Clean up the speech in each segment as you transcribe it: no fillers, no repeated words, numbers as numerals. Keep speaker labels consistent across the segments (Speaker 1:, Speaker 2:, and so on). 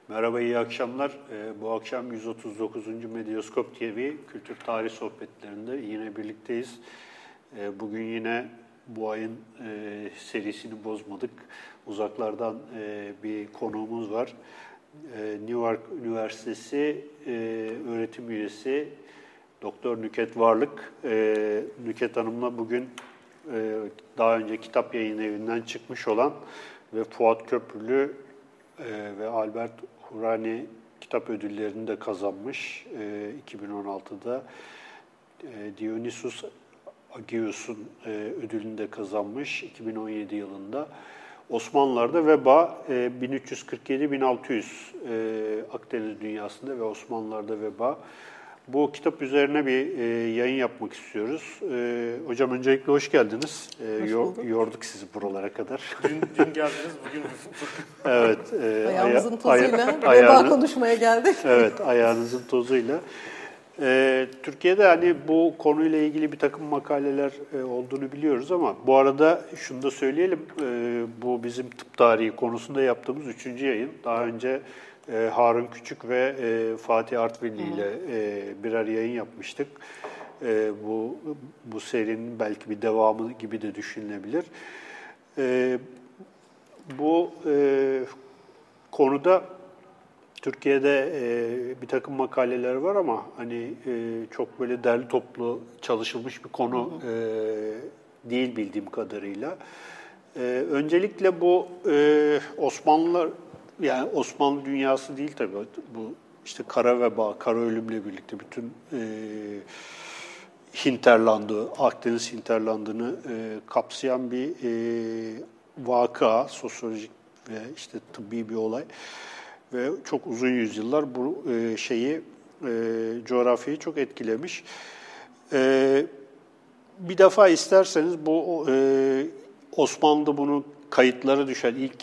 Speaker 1: Merhaba, iyi akşamlar. Bu akşam 139. Medyaskop TV Kültür Tarih Sohbetlerinde yine birlikteyiz. Bugün yine bu ayın serisini bozmadık. Uzaklardan bir konuğumuz var. Newark Üniversitesi öğretim üyesi Doktor Nüket Varlık. Nüket Hanım'la bugün daha önce Kitap Yayın Evi'nden çıkmış olan ve Fuat Köprülü ve Albert Hourani kitap ödüllerini de kazanmış 2016'da. Dionysius Agios'un ödülünü de kazanmış 2017 yılında. Osmanlılar'da veba 1347-1600 Akdeniz dünyasında ve Osmanlılar'da veba. Bu kitap üzerine bir yayın yapmak istiyoruz. Hocam öncelikle hoş geldiniz. Yorduk sizi buralara kadar.
Speaker 2: Dün geldiniz, bugün...
Speaker 3: Evet. Ayağımızın tozuyla veba konuşmaya geldik.
Speaker 1: Evet, ayağınızın tozuyla. Türkiye'de hani bu konuyla ilgili bir takım makaleler olduğunu biliyoruz ama bu arada şunu da söyleyelim. Bu bizim tıp tarihi konusunda yaptığımız 3. yayın. Daha önce Harun Küçük ve Fatih Artvinli ile birer yayın yapmıştık. Bu serinin belki bir devamı gibi de düşünülebilir. Bu konuda Türkiye'de bir takım makaleler var ama hani çok böyle derli toplu çalışılmış bir konu değil bildiğim kadarıyla. Öncelikle bu Osmanlılar, yani Osmanlı dünyası değil tabii, bu işte kara veba, kara ölümle birlikte bütün hinterlandı, Akdeniz hinterlandını kapsayan bir vaka, sosyolojik ve işte tıbbi bir olay. Ve çok uzun yüzyıllar bu coğrafyayı çok etkilemiş. Bir defa isterseniz bu Osmanlı'da bunun kayıtlara düşen ilk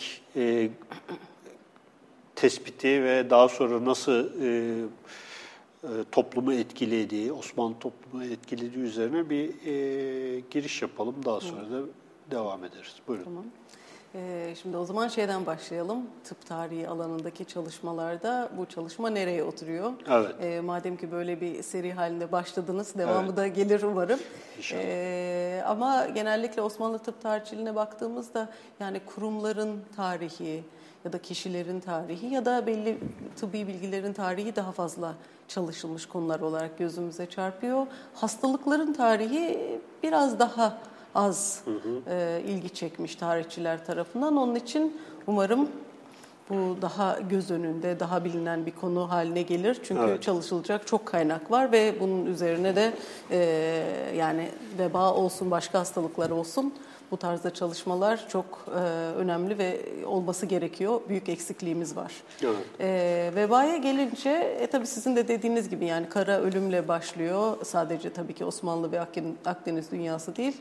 Speaker 1: tespiti ve daha sonra nasıl toplumu etkilediği, Osmanlı toplumu etkilediği üzerine bir giriş yapalım. Daha sonra da devam ederiz. Buyurun.
Speaker 3: Tamam. Şimdi o zaman şeyden başlayalım. Tıp tarihi alanındaki çalışmalarda bu çalışma nereye oturuyor?
Speaker 1: Evet.
Speaker 3: Madem ki böyle bir seri halinde başladınız, devamı da gelir umarım. Ama genellikle Osmanlı tıp tarihçiliğine baktığımızda yani kurumların tarihi ya da kişilerin tarihi ya da belli tıbbi bilgilerin tarihi daha fazla çalışılmış konular olarak gözümüze çarpıyor. Hastalıkların tarihi biraz daha az ilgi çekmiş tarihçiler tarafından. Onun için umarım bu daha göz önünde, daha bilinen bir konu haline gelir. Çünkü çalışılacak çok kaynak var ve bunun üzerine de yani veba olsun, başka hastalıklar olsun bu tarzda çalışmalar çok önemli ve olması gerekiyor. Büyük eksikliğimiz var.
Speaker 1: Evet.
Speaker 3: Vebaya gelince tabii sizin de dediğiniz gibi yani kara ölümle başlıyor. Sadece tabii ki Osmanlı ve Akdeniz dünyası değil.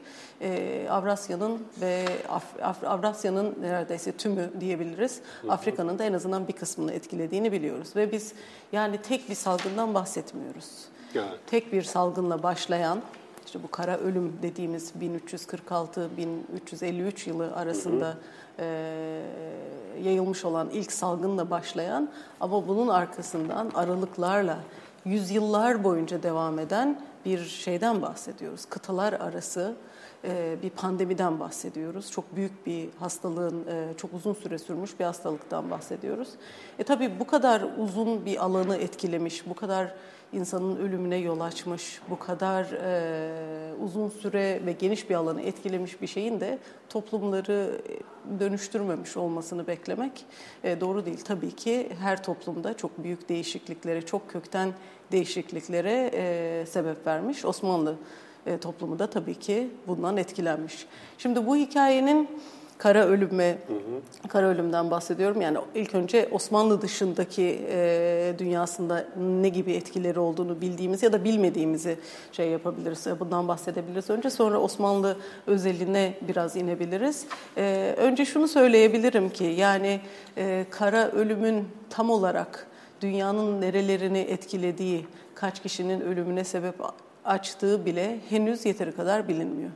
Speaker 3: Avrasya'nın neredeyse tümü diyebiliriz. Afrika'nın da en azından bir kısmını etkilediğini biliyoruz. Ve biz yani tek bir salgından bahsetmiyoruz.
Speaker 1: Evet.
Speaker 3: Tek bir salgınla başlayan, İşte bu kara ölüm dediğimiz 1346-1353 yılı arasında yayılmış olan ilk salgınla başlayan ama bunun arkasından aralıklarla yüzyıllar boyunca devam eden bir şeyden bahsediyoruz. Kıtalar arası bir pandemiden bahsediyoruz. Çok büyük bir hastalığın, çok uzun süre sürmüş bir hastalıktan bahsediyoruz. Tabii bu kadar uzun bir alanı etkilemiş, bu kadar insanın ölümüne yol açmış, bu kadar uzun süre ve geniş bir alanı etkilemiş bir şeyin de toplumları dönüştürmemiş olmasını beklemek doğru değil. Tabii ki her toplumda çok büyük değişikliklere, çok kökten değişikliklere sebep vermiş. Osmanlı toplumu da tabii ki bundan etkilenmiş. Şimdi bu hikayenin kara ölümden bahsediyorum. Yani ilk önce Osmanlı dışındaki dünyasında ne gibi etkileri olduğunu bildiğimiz ya da bilmediğimizi yapabiliriz. Bundan bahsedebiliriz. Önce sonra Osmanlı özeline biraz inebiliriz. Önce şunu söyleyebilirim ki yani kara ölümün tam olarak dünyanın nerelerini etkilediği, kaç kişinin ölümüne sebep açtığı bile henüz yeteri kadar bilinmiyor.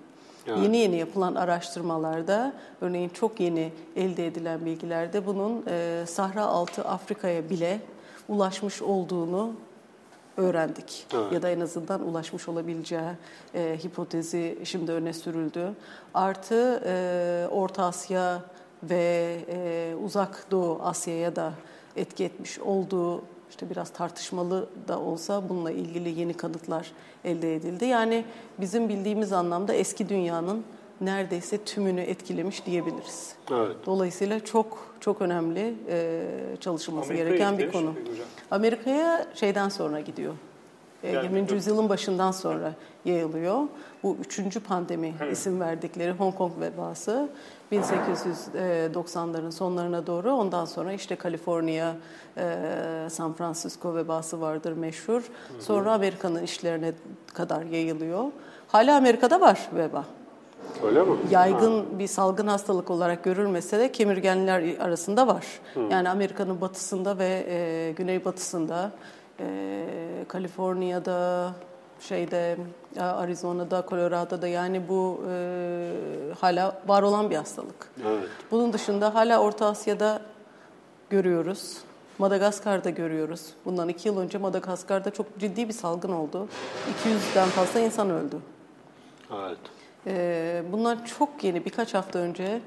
Speaker 1: Evet.
Speaker 3: Yeni yapılan araştırmalarda, örneğin çok yeni elde edilen bilgilerde bunun Sahra altı Afrika'ya bile ulaşmış olduğunu öğrendik.
Speaker 1: Evet.
Speaker 3: Ya da en azından ulaşmış olabileceği hipotezi şimdi öne sürüldü. Artı Orta Asya ve Uzak Doğu Asya'ya da etki etmiş olduğu, işte biraz tartışmalı da olsa bununla ilgili yeni kanıtlar elde edildi. Yani bizim bildiğimiz anlamda eski dünyanın neredeyse tümünü etkilemiş diyebiliriz.
Speaker 1: Evet.
Speaker 3: Dolayısıyla çok önemli çalışılması gereken bir konu. Amerika'ya şeyden sonra gidiyor. 20. yüzyılın başından sonra yayılıyor. Bu 3. pandemi isim verdikleri Hong Kong vebası 1890'ların sonlarına doğru, ondan sonra işte Kaliforniya, San Francisco vebası vardır meşhur. Sonra Amerika'nın işlerine kadar yayılıyor. Hala Amerika'da var veba.
Speaker 1: Öyle mi?
Speaker 3: Yaygın bir salgın hastalık olarak görülmese de kemirgenler arasında var. Yani Amerika'nın batısında ve güneybatısında, Kaliforniya'da, Arizona'da, Colorado'da, yani bu hala var olan bir hastalık.
Speaker 1: Evet.
Speaker 3: Bunun dışında hala Orta Asya'da görüyoruz. Madagaskar'da görüyoruz. Bundan 2 yıl önce Madagaskar'da çok ciddi bir salgın oldu. 200'den fazla insan öldü.
Speaker 1: Evet.
Speaker 3: Bundan çok yeni, birkaç hafta önce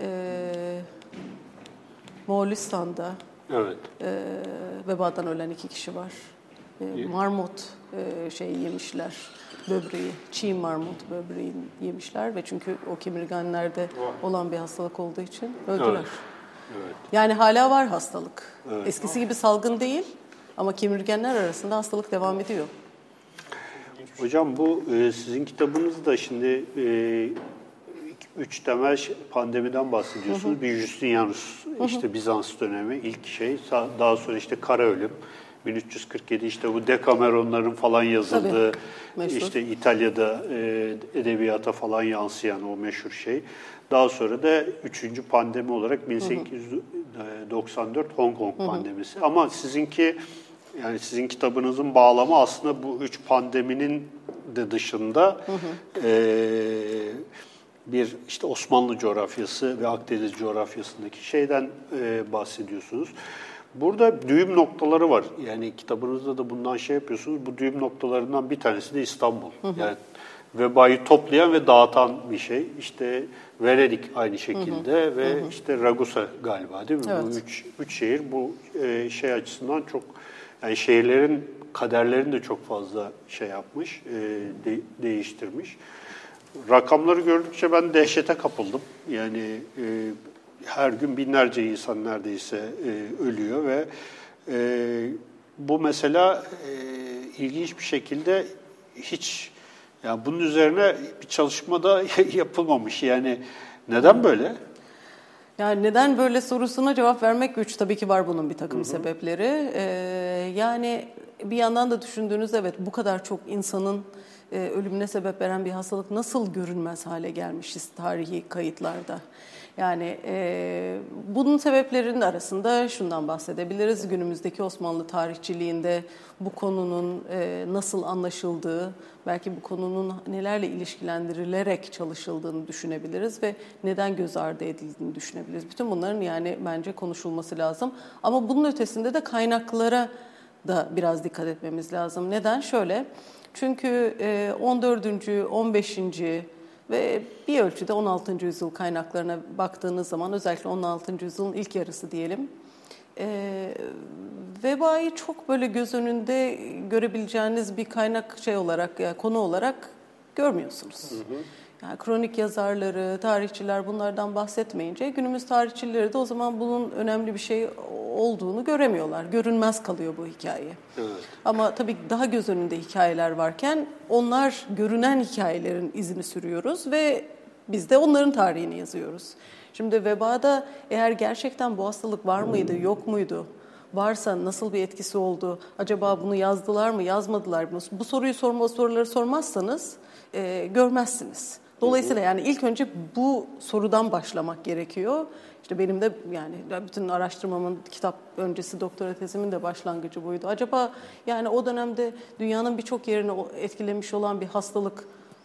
Speaker 3: Moğolistan'da vebadan ölen 2 kişi var. Marmot yemişler, böbreği, çiğ marmot böbreği yemişler ve çünkü o kemirgenlerde olan bir hastalık olduğu için öldüler.
Speaker 1: Evet. Evet.
Speaker 3: Yani hala var hastalık.
Speaker 1: Evet.
Speaker 3: Eskisi gibi salgın değil ama kemirgenler arasında hastalık devam ediyor.
Speaker 1: Hocam bu sizin kitabınızda şimdi 3 temel pandemiden bahsediyorsunuz. Bir Justinianus, işte Bizans dönemi ilk daha sonra işte kara ölüm. 1347 işte bu Dekameronların falan yazıldığı, işte İtalya'da edebiyata falan yansıyan o meşhur şey. Daha sonra da 3. pandemi olarak 1894 Hong Kong pandemisi. Ama sizin kitabınızın bağlamı aslında bu 3 pandeminin de dışında bir işte Osmanlı coğrafyası ve Akdeniz coğrafyasındaki şeyden bahsediyorsunuz. Burada düğüm noktaları var. Yani kitabınızda da bundan yapıyorsunuz. Bu düğüm noktalarından bir tanesi de İstanbul. Yani vebayı toplayan ve dağıtan bir şey. İşte Venedik aynı şekilde ve işte Ragusa galiba, değil mi? Evet. Bu üç şehir bu açısından çok, yani şehirlerin kaderlerini de çok fazla yapmış, değiştirmiş. Rakamları gördükçe ben dehşete kapıldım. Yani her gün binlerce insan neredeyse ölüyor ve bu mesela ilginç bir şekilde hiç, yani bunun üzerine bir çalışma da yapılmamış. Yani neden böyle?
Speaker 3: Yani neden böyle sorusuna cevap vermek güç. Tabii ki var bunun bir takım sebepleri. Yani bir yandan da düşündüğünüzde evet, bu kadar çok insanın ölümüne sebep veren bir hastalık nasıl görünmez hale gelmişiz tarihi kayıtlarda. Yani bunun sebeplerinin arasında şundan bahsedebiliriz. Günümüzdeki Osmanlı tarihçiliğinde bu konunun nasıl anlaşıldığı, belki bu konunun nelerle ilişkilendirilerek çalışıldığını düşünebiliriz ve neden göz ardı edildiğini düşünebiliriz. Bütün bunların yani bence konuşulması lazım. Ama bunun ötesinde de kaynaklara da biraz dikkat etmemiz lazım. Neden? Şöyle, çünkü 14. 15. ve bir ölçüde 16. yüzyıl kaynaklarına baktığınız zaman, özellikle 16. yüzyılın ilk yarısı diyelim, vebayı çok böyle göz önünde görebileceğiniz bir kaynak olarak, yani konu olarak görmüyorsunuz. Yani kronik yazarları, tarihçiler bunlardan bahsetmeyince günümüz tarihçileri de o zaman bunun önemli bir şey olduğunu göremiyorlar. Görünmez kalıyor bu hikaye. Evet. Ama tabii daha göz önünde hikayeler varken onlar görünen hikayelerin izini sürüyoruz ve biz de onların tarihini yazıyoruz. Şimdi vebada eğer gerçekten bu hastalık var mıydı, yok muydu? Varsa nasıl bir etkisi oldu? Acaba bunu yazdılar mı, yazmadılar mı? Bu soruları sormazsanız görmezsiniz. Dolayısıyla yani ilk önce bu sorudan başlamak gerekiyor. İşte benim de yani bütün araştırmamın, kitap öncesi doktora tezimin de başlangıcı buydu. Acaba yani o dönemde dünyanın birçok yerini etkilemiş olan bir hastalık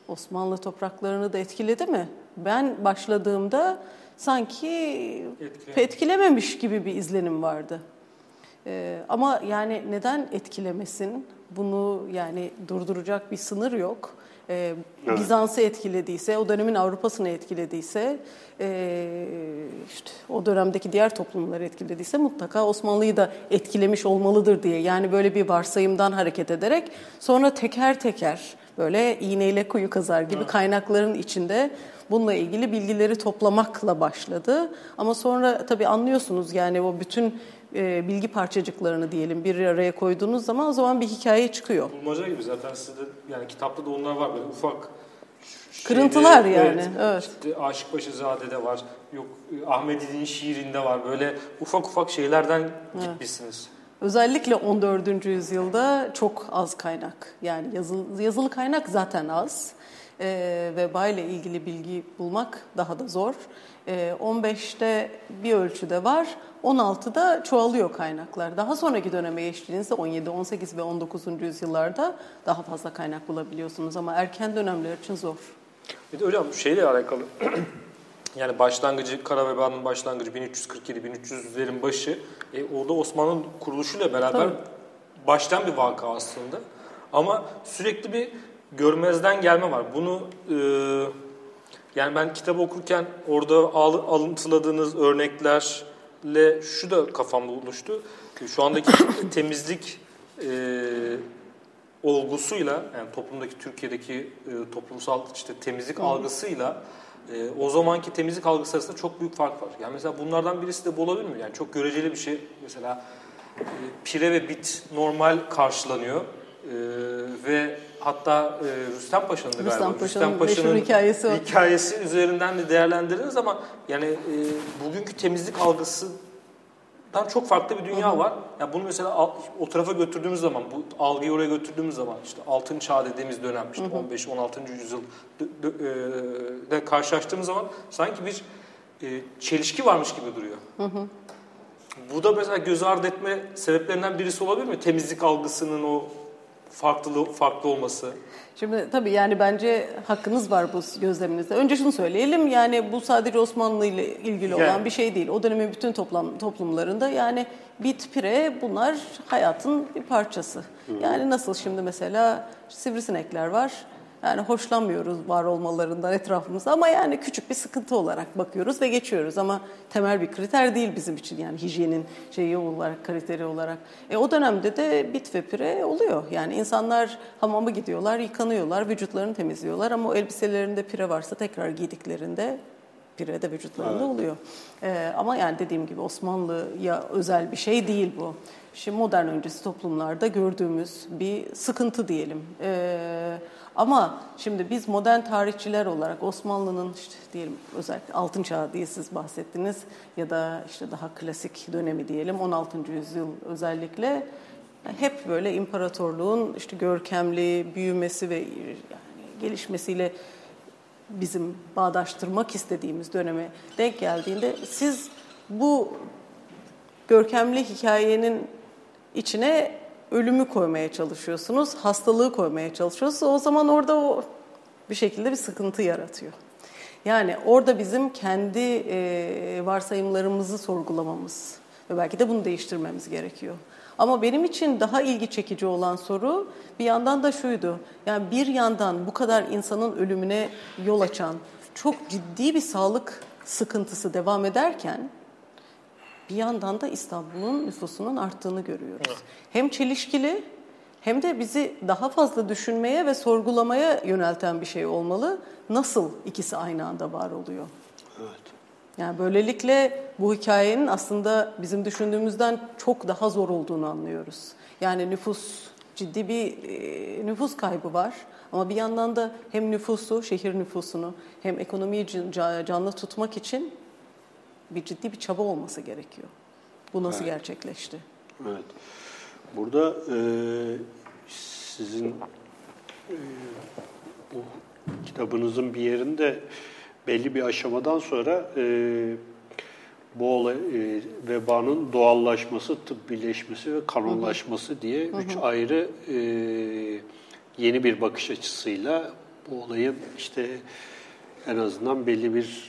Speaker 3: Osmanlı topraklarını da etkiledi mi? Ben başladığımda sanki etkilememiş gibi bir izlenim vardı. Ama yani neden etkilemesin? Bunu yani durduracak bir sınır yok. Evet. Bizans'ı etkilediyse, o dönemin Avrupa'sını etkilediyse, işte o dönemdeki diğer toplumları etkilediyse mutlaka Osmanlı'yı da etkilemiş olmalıdır diye. Yani böyle bir varsayımdan hareket ederek sonra teker teker böyle iğneyle kuyu kazar gibi kaynakların içinde bununla ilgili bilgileri toplamakla başladı. Ama sonra tabii anlıyorsunuz yani o bütün bilgi parçacıklarını diyelim bir araya koyduğunuz zaman o zaman bir hikaye çıkıyor.
Speaker 2: Bulmaca gibi zaten sizde yani kitapta da onlar var böyle ufak
Speaker 3: kırıntılar yani. Evet.
Speaker 2: İşte Aşıkbaşızade'de var. Yok Ahmedi'nin şiirinde var. Böyle ufak ufak şeylerden gitmişsiniz.
Speaker 3: Özellikle 14. yüzyılda çok az kaynak. Yani yazılı kaynak zaten az. Veba ile ilgili bilgi bulmak daha da zor. 15'te bir ölçüde var. 16'da çoğalıyor kaynaklar. Daha sonraki döneme geçtiğinizde 17, 18 ve 19. yüzyıllarda daha fazla kaynak bulabiliyorsunuz ama erken dönemler için zor.
Speaker 2: Bir de hocam şeyle alakalı yani başlangıcı Kara Veba'nın başlangıcı 1347-1300'lerin başı orada Osmanlı'nın kuruluşuyla beraber baştan bir vaka aslında. Ama sürekli bir görmezden gelme var. Bunu yani ben kitabı okurken orada alıntıladığınız örneklerle şu da kafamda oluştu. Şu andaki temizlik olgusuyla yani toplumdaki Türkiye'deki toplumsal işte temizlik algısıyla o zamanki temizlik algısı arasında çok büyük fark var. Yani mesela bunlardan birisi de bu olabilir mi? Yani çok göreceli bir şey. Mesela pire ve bit normal karşılanıyor ve hatta Rüstem Paşa'nın galiba
Speaker 3: Rüstem Paşa'nın
Speaker 2: hikayesi üzerinden de değerlendiririz ama yani bugünkü temizlik algısından çok farklı bir dünya var. Yani bunu mesela o tarafa götürdüğümüz zaman, bu algıyı oraya götürdüğümüz zaman işte Altın Çağ dediğimiz dönem işte 15-16. yüzyılda karşılaştığımız zaman sanki bir çelişki varmış gibi duruyor. Bu da mesela göz ardı etme sebeplerinden birisi olabilir mi? Temizlik algısının o farklı olması.
Speaker 3: Şimdi tabii yani bence hakkınız var bu gözleminizde. Önce şunu söyleyelim yani bu sadece Osmanlı ile ilgili olan bir şey değil. O dönemin bütün toplumlarında yani bit, pire bunlar hayatın bir parçası. Yani nasıl şimdi mesela sivrisinekler var. Yani hoşlanmıyoruz var olmalarından etrafımızda ama yani küçük bir sıkıntı olarak bakıyoruz ve geçiyoruz ama temel bir kriter değil bizim için yani hijyenin şeyi olarak, kriteri olarak. O dönemde de bit ve pire oluyor. Yani insanlar hamama gidiyorlar, yıkanıyorlar, vücutlarını temizliyorlar ama o elbiselerinde pire varsa tekrar giydiklerinde pire de vücutlarında oluyor. Ama yani dediğim gibi Osmanlı'ya özel bir şey değil bu. Şimdi modern öncesi toplumlarda gördüğümüz bir sıkıntı diyelim. Ama şimdi biz modern tarihçiler olarak Osmanlı'nın işte diyelim özellikle Altın Çağ diye siz bahsettiniz ya da işte daha klasik dönemi diyelim 16. yüzyıl özellikle hep böyle imparatorluğun işte görkemli büyümesi ve yani gelişmesiyle bizim bağdaştırmak istediğimiz döneme denk geldiğinde siz bu görkemli hikayenin içine ölümü koymaya çalışıyorsunuz, hastalığı koymaya çalışıyorsunuz. O zaman orada bir şekilde bir sıkıntı yaratıyor. Yani orada bizim kendi varsayımlarımızı sorgulamamız ve belki de bunu değiştirmemiz gerekiyor. Ama benim için daha ilgi çekici olan soru bir yandan da şuydu. Yani bir yandan bu kadar insanın ölümüne yol açan çok ciddi bir sağlık sıkıntısı devam ederken bir yandan da İstanbul'un nüfusunun arttığını görüyoruz. Evet. Hem çelişkili hem de bizi daha fazla düşünmeye ve sorgulamaya yönelten bir şey olmalı. Nasıl ikisi aynı anda var oluyor?
Speaker 1: Evet.
Speaker 3: Yani böylelikle bu hikayenin aslında bizim düşündüğümüzden çok daha zor olduğunu anlıyoruz. Yani ciddi bir nüfus kaybı var. Ama bir yandan da hem nüfusu, şehir nüfusunu hem ekonomiyi canlı tutmak için ciddi bir çaba olması gerekiyor. Bu nasıl gerçekleşti?
Speaker 1: Evet. Burada sizin bu kitabınızın bir yerinde belli bir aşamadan sonra bu olay vebanın doğallaşması, tıbbileşmesi ve kanonlaşması diye üç ayrı yeni bir bakış açısıyla bu olayı işte en azından belli bir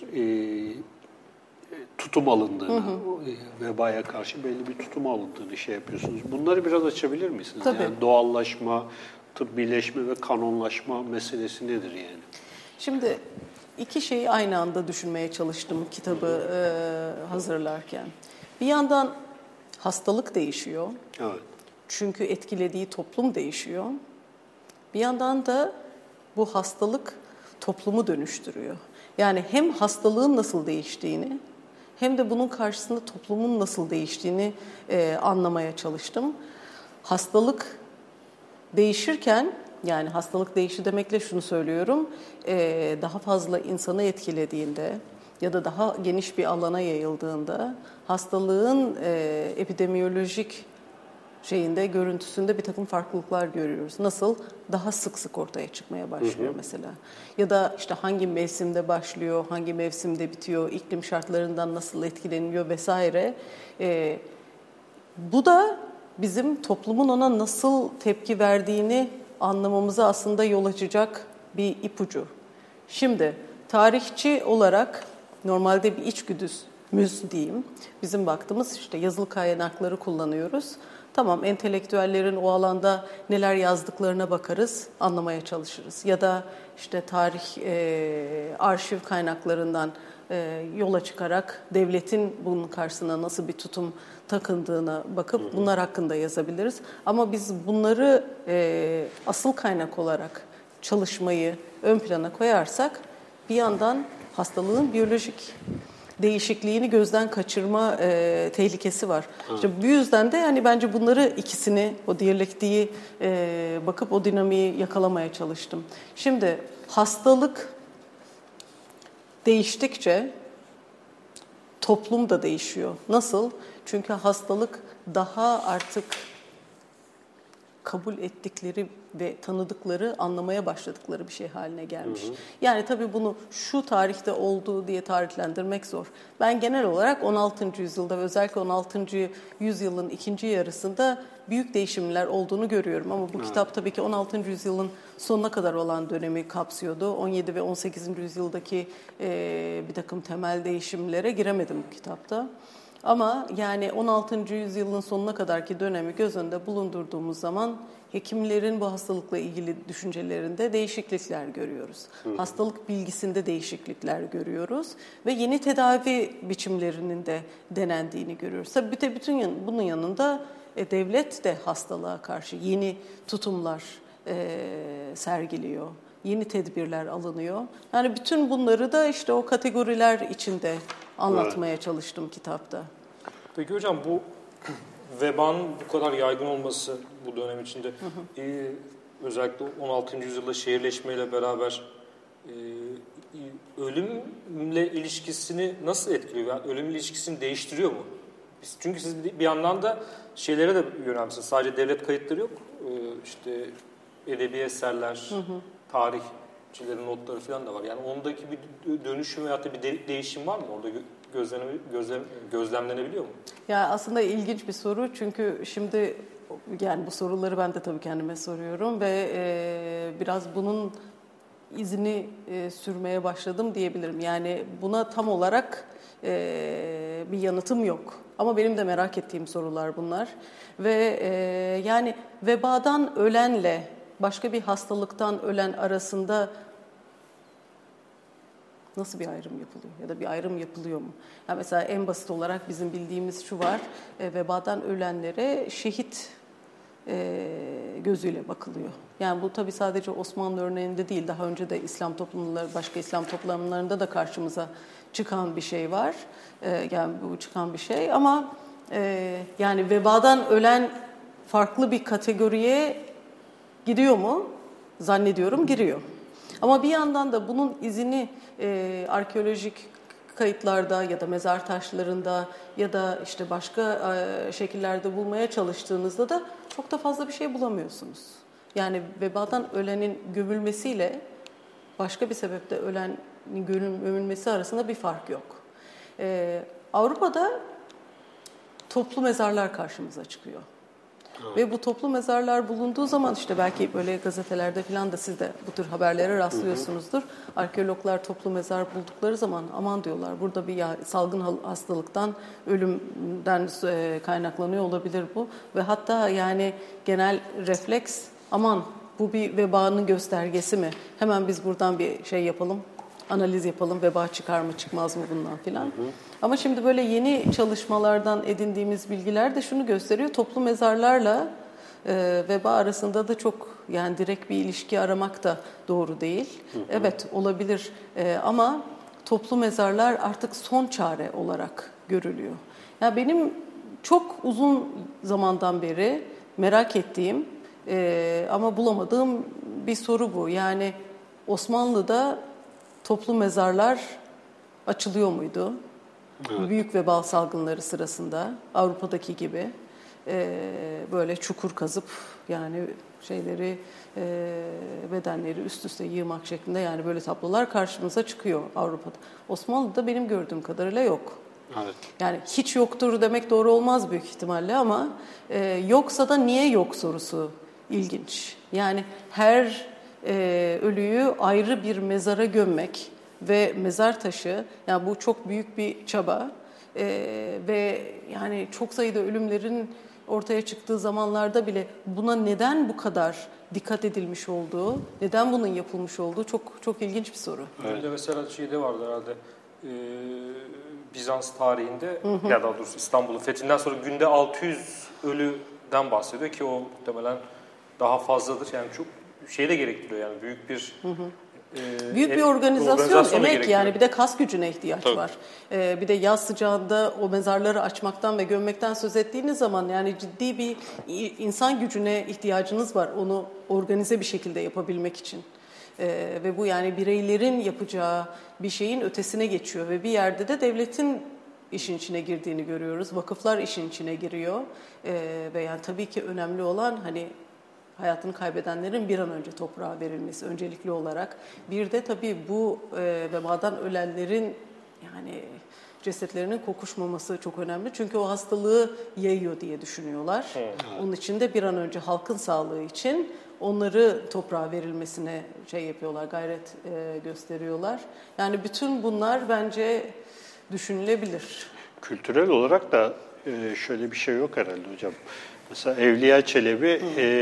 Speaker 1: tutum alındığını, vebaya karşı belli bir tutum alındığını şey yapıyorsunuz. Bunları biraz açabilir misiniz?
Speaker 3: Tabii.
Speaker 1: Yani doğallaşma, tıbbileşme ve kanonlaşma meselesi nedir yani?
Speaker 3: Şimdi iki şeyi aynı anda düşünmeye çalıştım kitabı hazırlarken. Bir yandan hastalık değişiyor.
Speaker 1: Evet.
Speaker 3: Çünkü etkilediği toplum değişiyor. Bir yandan da bu hastalık toplumu dönüştürüyor. Yani hem hastalığın nasıl değiştiğini hem de bunun karşısında toplumun nasıl değiştiğini anlamaya çalıştım. Hastalık değişirken, yani hastalık değişi demekle şunu söylüyorum, daha fazla insanı etkilediğinde ya da daha geniş bir alana yayıldığında hastalığın epidemiyolojik görüntüsünde bir takım farklılıklar görüyoruz. Nasıl? Daha sık sık ortaya çıkmaya başlıyor mesela. Ya da işte hangi mevsimde başlıyor, hangi mevsimde bitiyor, iklim şartlarından nasıl etkileniliyor vesaire. Bu da bizim toplumun ona nasıl tepki verdiğini anlamamıza aslında yol açacak bir ipucu. Şimdi tarihçi olarak normalde bir içgüdümüz diyeyim. Bizim baktığımız işte yazılı kaynakları kullanıyoruz. Tamam, entelektüellerin o alanda neler yazdıklarına bakarız, anlamaya çalışırız. Ya da işte tarih, arşiv kaynaklarından yola çıkarak devletin bunun karşısına nasıl bir tutum takındığına bakıp bunlar hakkında yazabiliriz. Ama biz bunları asıl kaynak olarak çalışmayı ön plana koyarsak bir yandan hastalığın biyolojik değişikliğini gözden kaçırma tehlikesi var. İşte bu yüzden de yani bence bunları ikisini, o diyalektiği bakıp o dinamiği yakalamaya çalıştım. Şimdi hastalık değiştikçe toplum da değişiyor. Nasıl? Çünkü hastalık daha artık kabul ettikleri ve tanıdıkları, anlamaya başladıkları bir şey haline gelmiş. Yani tabii bunu şu tarihte olduğu diye tarihlendirmek zor. Ben genel olarak 16. yüzyılda ve özellikle 16. yüzyılın ikinci yarısında büyük değişimler olduğunu görüyorum. Ama bu kitap tabii ki 16. yüzyılın sonuna kadar olan dönemi kapsıyordu. 17 ve 18. yüzyıldaki bir takım temel değişimlere giremedim bu kitapta. Ama yani 16. yüzyılın sonuna kadarki dönemi göz önünde bulundurduğumuz zaman hekimlerin bu hastalıkla ilgili düşüncelerinde değişiklikler görüyoruz. Hastalık bilgisinde değişiklikler görüyoruz ve yeni tedavi biçimlerinin de denendiğini görüyoruz. Tabii bütün bunun yanında devlet de hastalığa karşı yeni tutumlar sergiliyor. Yeni tedbirler alınıyor. Yani bütün bunları da işte o kategoriler içinde anlatmaya çalıştım kitapta.
Speaker 2: Peki hocam, bu vebanın bu kadar yaygın olması bu dönem içinde özellikle 16. yüzyılda şehirleşmeyle beraber ölümle ilişkisini nasıl etkiliyor? Yani ölüm ilişkisini değiştiriyor mu? Çünkü siz bir yandan da şeylere de yönelmişsiniz. Sadece devlet kayıtları yok. İşte edebi eserler, tarihçilerin notları falan da var. Yani ondaki bir dönüşüm veyahut da bir değişim var mı orada? Gözlemlenebiliyor mu?
Speaker 3: Ya aslında ilginç bir soru, çünkü şimdi yani bu soruları ben de tabii kendime soruyorum ve biraz bunun izini sürmeye başladım diyebilirim. Yani buna tam olarak bir yanıtım yok. Ama benim de merak ettiğim sorular bunlar. Ve yani vebadan ölenle başka bir hastalıktan ölen arasında nasıl bir ayrım yapılıyor ya da bir ayrım yapılıyor mu? Yani mesela en basit olarak bizim bildiğimiz şu var, vebadan ölenlere şehit gözüyle bakılıyor. Yani bu tabii sadece Osmanlı örneğinde değil, daha önce de İslam toplumları, başka İslam toplumlarında da karşımıza çıkan bir şey var. Yani bu çıkan bir şey ama yani vebadan ölen farklı bir kategoriye giriyor mu? Zannediyorum giriyor. Ama bir yandan da bunun izini arkeolojik kayıtlarda ya da mezar taşlarında ya da işte başka şekillerde bulmaya çalıştığınızda da çok da fazla bir şey bulamıyorsunuz. Yani vebadan ölenin gömülmesiyle başka bir sebepte ölenin gömülmesi arasında bir fark yok. Avrupa'da toplu mezarlar karşımıza çıkıyor. Ve bu toplu mezarlar bulunduğu zaman işte belki böyle gazetelerde falan da siz de bu tür haberlere rastlıyorsunuzdur. Arkeologlar toplu mezar buldukları zaman aman diyorlar burada bir salgın hastalıktan, ölümden kaynaklanıyor olabilir bu. Ve hatta yani genel refleks aman bu bir vebanın göstergesi mi? Hemen biz buradan bir şey yapalım, analiz yapalım, veba çıkar mı çıkmaz mı bundan filan. Ama şimdi böyle yeni çalışmalardan edindiğimiz bilgiler de şunu gösteriyor. Toplu mezarlarla veba arasında da çok yani direkt bir ilişki aramak da doğru değil. Evet olabilir ama toplu mezarlar artık son çare olarak görülüyor. Yani benim çok uzun zamandan beri merak ettiğim ama bulamadığım bir soru bu. Yani Osmanlı'da toplu mezarlar açılıyor muydu? Evet. Büyük veba salgınları sırasında Avrupa'daki gibi böyle çukur kazıp yani şeyleri bedenleri üst üste yığmak şeklinde yani böyle tablolar karşımıza çıkıyor Avrupa'da. Osmanlı'da benim gördüğüm kadarıyla yok. Evet. Yani hiç yoktur demek doğru olmaz büyük ihtimalle ama yoksa da niye yok sorusu ilginç. Yani her ölüyü ayrı bir mezara gömmek ve mezar taşı, yani bu çok büyük bir çaba ve yani çok sayıda ölümlerin ortaya çıktığı zamanlarda bile buna neden bu kadar dikkat edilmiş olduğu, neden bunun yapılmış olduğu çok çok ilginç bir soru.
Speaker 2: Evet. Önce mesela şeyde vardı herhalde Bizans tarihinde ya daha doğrusu İstanbul'un fethinden sonra günde 600 ölüden bahsediyor ki o muhtemelen daha fazladır. Yani çok şey de gerektiriyor yani büyük bir
Speaker 3: büyük bir organizasyon emek yani bir de kas gücüne ihtiyaç Tabii. var. Bir de yaz sıcağında o mezarları açmaktan ve gömmekten söz ettiğiniz zaman yani ciddi bir insan gücüne ihtiyacınız var onu organize bir şekilde yapabilmek için. Ve bu yani bireylerin yapacağı bir şeyin ötesine geçiyor ve bir yerde de devletin işin içine girdiğini görüyoruz. Vakıflar işin içine giriyor ve yani tabii ki önemli olan hani hayatını kaybedenlerin bir an önce toprağa verilmesi öncelikli olarak. Bir de tabii bu vebadan ölenlerin yani cesetlerinin kokuşmaması çok önemli. Çünkü o hastalığı yayıyor diye düşünüyorlar. Evet. Onun için de bir an önce halkın sağlığı için onları toprağa verilmesine şey yapıyorlar, gayret gösteriyorlar. Yani bütün bunlar bence düşünülebilir.
Speaker 1: Kültürel olarak da şöyle bir şey yok herhalde hocam. Mesela Evliya Çelebi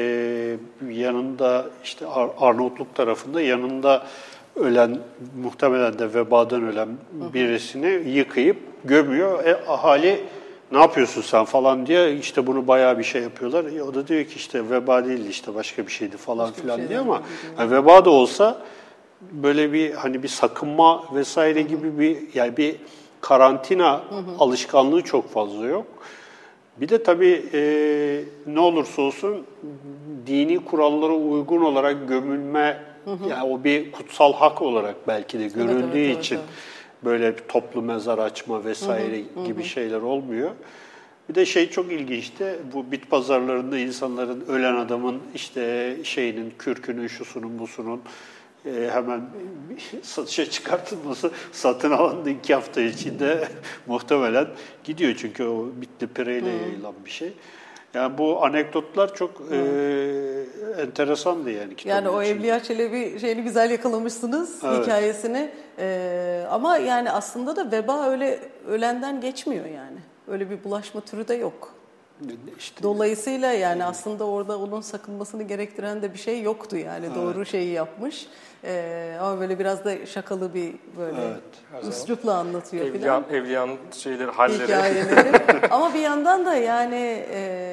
Speaker 1: yanında işte Arnavutluk tarafında yanında ölen muhtemelen de vebadan ölen birisini yıkayıp gömüyor. Ahali ne yapıyorsun sen falan diye işte bunu bayağı bir şey yapıyorlar. O da diyor ki işte veba değildi işte başka bir şeydi falan filan diyor ama yani veba da olsa böyle bir hani bir sakınma vesaire gibi bir yani bir karantina alışkanlığı çok fazla yok. Bir de tabii ne olursa olsun dini kurallara uygun olarak gömülme yani o bir kutsal hak olarak belki de görüldüğü için böyle bir toplu mezar açma vesaire gibi şeyler olmuyor. Bir de şey çok ilginçti. Bu bit pazarlarında insanların ölen adamın işte şeyinin kürkünün şusunun busunun hemen satışa çıkartılması satın alan da 2 hafta içinde muhtemelen gidiyor. Çünkü o bitli pireyle yayılan bir şey. Yani bu anekdotlar çok enteresandı yani.
Speaker 3: Yani o Evliya Çelebi şeyini güzel yakalamışsınız hikayesini. Ama yani aslında da veba öyle ölenden geçmiyor yani. Öyle bir bulaşma türü de yok. İşte, dolayısıyla yani aslında orada onun sakınmasını gerektiren de bir şey yoktu yani doğru şeyi yapmış ama böyle biraz da şakalı bir böyle üslupla anlatıyor filan.
Speaker 2: Evliyanın şeyleri, halleri.
Speaker 3: Hikayeleri. Ama bir yandan da yani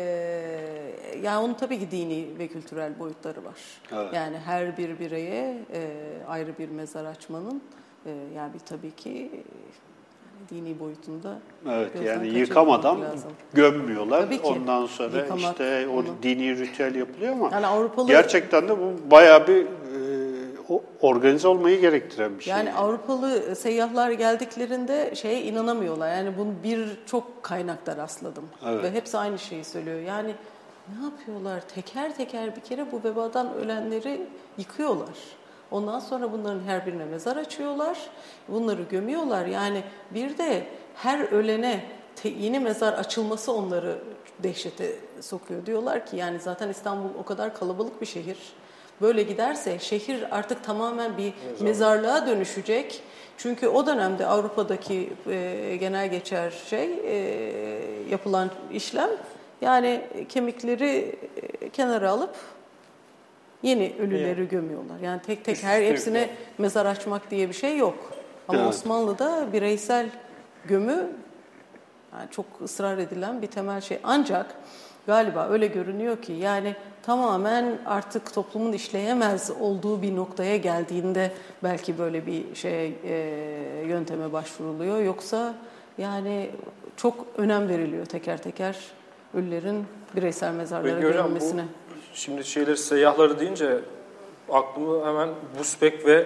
Speaker 3: onun tabii ki dini ve kültürel boyutları var. Evet. Yani her bir bireye ayrı bir mezar açmanın yani tabii ki dini boyutunda.
Speaker 1: Evet yani yıkamadan gömmüyorlar. Ondan sonra yıkamak, işte o dini ritüel yapılıyor ama yani Avrupalı, gerçekten de bu bayağı bir organize olmayı gerektiren bir şey.
Speaker 3: Yani Avrupalı seyyahlar geldiklerinde şeye inanamıyorlar. Yani bunu birçok kaynakta rastladım. Evet. Ve hepsi aynı şeyi söylüyor. Yani ne yapıyorlar? Teker teker bir kere bu vebadan ölenleri yıkıyorlar. Ondan sonra bunların her birine mezar açıyorlar. Bunları gömüyorlar. Yani bir de her ölene yeni mezar açılması onları dehşete sokuyor. Diyorlar ki yani zaten İstanbul o kadar kalabalık bir şehir. Böyle giderse şehir artık tamamen bir mezarlığa dönüşecek. Çünkü o dönemde Avrupa'daki genel geçer yapılan işlem yani kemikleri kenara alıp yeni ölüleri gömüyorlar. Yani tek tek hepsine mezar açmak diye bir şey yok. Ama Osmanlı'da bireysel gömü yani çok ısrar edilen bir temel şey. Ancak galiba öyle görünüyor ki yani tamamen artık toplumun işleyemez olduğu bir noktaya geldiğinde belki böyle bir yönteme başvuruluyor. Yoksa yani çok önem veriliyor teker teker ölülerin bireysel mezarlara gömülmesine.
Speaker 2: Şimdi seyyahları deyince aklıma hemen Busbek ve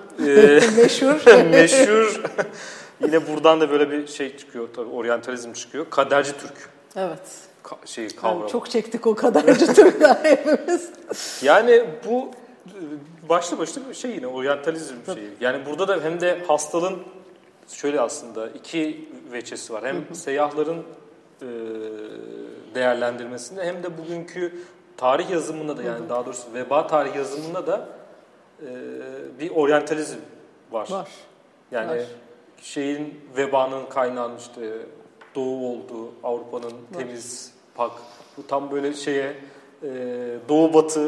Speaker 2: meşhur yine buradan da böyle bir şey çıkıyor tabii, oryantalizm çıkıyor. Kaderci Türk.
Speaker 3: Evet.
Speaker 2: Kavramı.
Speaker 3: Yani çok çektik o kaderci Türkler hepimiz.
Speaker 2: Yani bu başlı başlı bir yine oryantalizm şeyi. Yani burada da hem de hastalığın şöyle aslında iki veçesi var. Hem seyyahların değerlendirmesinde hem de bugünkü tarih yazımında da yani daha doğrusu veba tarih yazımında da bir oryantalizm var. Yani vebanın kaynağının işte doğu olduğu, Avrupa'nın temiz, pak. Bu tam böyle doğu batı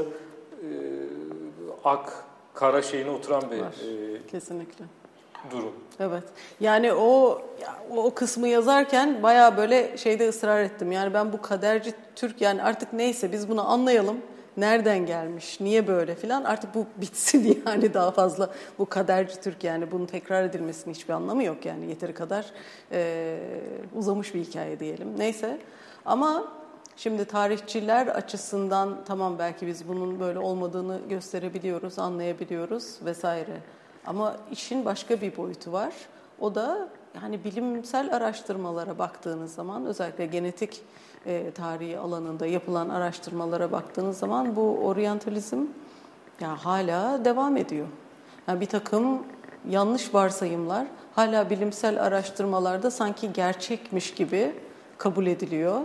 Speaker 2: ak, kara şeyine oturan bir
Speaker 3: kesinlikle
Speaker 2: durum.
Speaker 3: Evet. Yani o kısmı yazarken bayağı böyle ısrar ettim. Yani ben bu kaderci Türk yani artık neyse biz bunu anlayalım. Nereden gelmiş, niye böyle filan artık bu bitsin yani daha fazla bu kaderci Türk yani bunun tekrar edilmesinin hiçbir anlamı yok yani yeteri kadar uzamış bir hikaye diyelim. Neyse ama şimdi tarihçiler açısından tamam belki biz bunun böyle olmadığını gösterebiliyoruz, anlayabiliyoruz vesaire. Ama işin başka bir boyutu var. O da yani bilimsel araştırmalara baktığınız zaman özellikle genetik tarihi alanında yapılan araştırmalara baktığınız zaman bu oryantalizm yani hala devam ediyor. Yani bir takım yanlış varsayımlar hala bilimsel araştırmalarda sanki gerçekmiş gibi kabul ediliyor.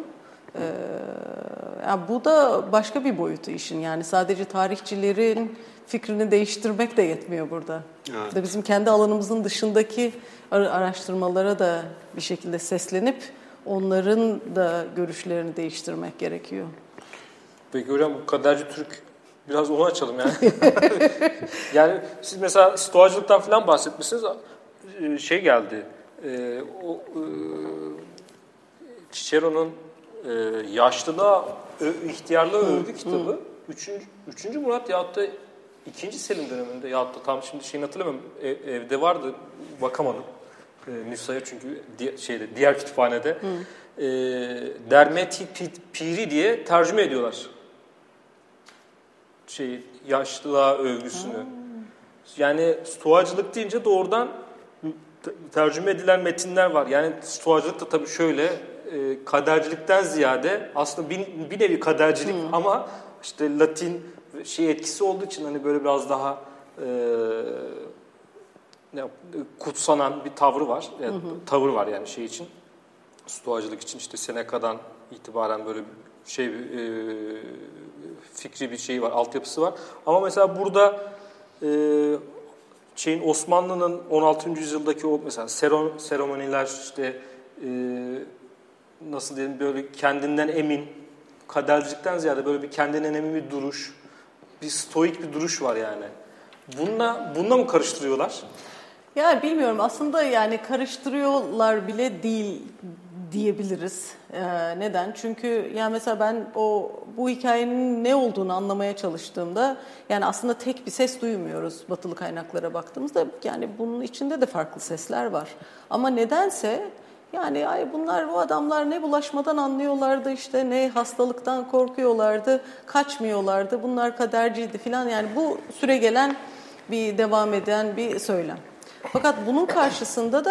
Speaker 3: Yani bu da başka bir boyutu işin. Yani sadece tarihçilerin fikrini değiştirmek de yetmiyor burada. Evet. Da bizim kendi alanımızın dışındaki araştırmalara da bir şekilde seslenip onların da görüşlerini değiştirmek gerekiyor.
Speaker 2: Peki hocam bu kaderci Türk biraz onu açalım yani. Yani siz mesela stoacılıktan falan bahsetmişsiniz. Geldi. Cicero'nun yaşlılığa, ihtiyarlığa övgü kitabı 3. Murat yahut da 2. Selim döneminde yahut da tam şimdi hatırlamıyorum. Evde vardı, bakamadım. Nüsha'ya çünkü diğer kütüphanede. Dermeti Piri diye tercüme ediyorlar. Yaşlılığa övgüsünü. Yani stoacılık deyince doğrudan tercüme edilen metinler var. Yani stoacılık da tabii şöyle kadercilikten ziyade aslında bir nevi kadercilik ama işte Latin etkisi olduğu için hani böyle biraz daha kutsanan bir tavrı var. Yani, tavır var yani için. Stoacılık için işte Seneca'dan itibaren böyle fikri bir var, altyapısı var. Ama mesela burada Osmanlı'nın 16. yüzyıldaki o mesela seremoniler nasıl diyelim böyle kendinden emin, kadercilikten ziyade böyle bir kendinden emin bir duruş, bir stoik bir duruş var yani. Bununla mı karıştırıyorlar?
Speaker 3: Ya bilmiyorum aslında yani karıştırıyorlar bile değil diyebiliriz. Neden? Çünkü yani mesela ben bu hikayenin ne olduğunu anlamaya çalıştığımda yani aslında tek bir ses duymuyoruz batılı kaynaklara baktığımızda yani bunun içinde de farklı sesler var. Ama nedense yani bu adamlar ne bulaşmadan anlıyorlardı işte ne hastalıktan korkuyorlardı, kaçmıyorlardı, bunlar kaderciydi falan yani bu süregelen bir devam eden bir söylem. Fakat bunun karşısında da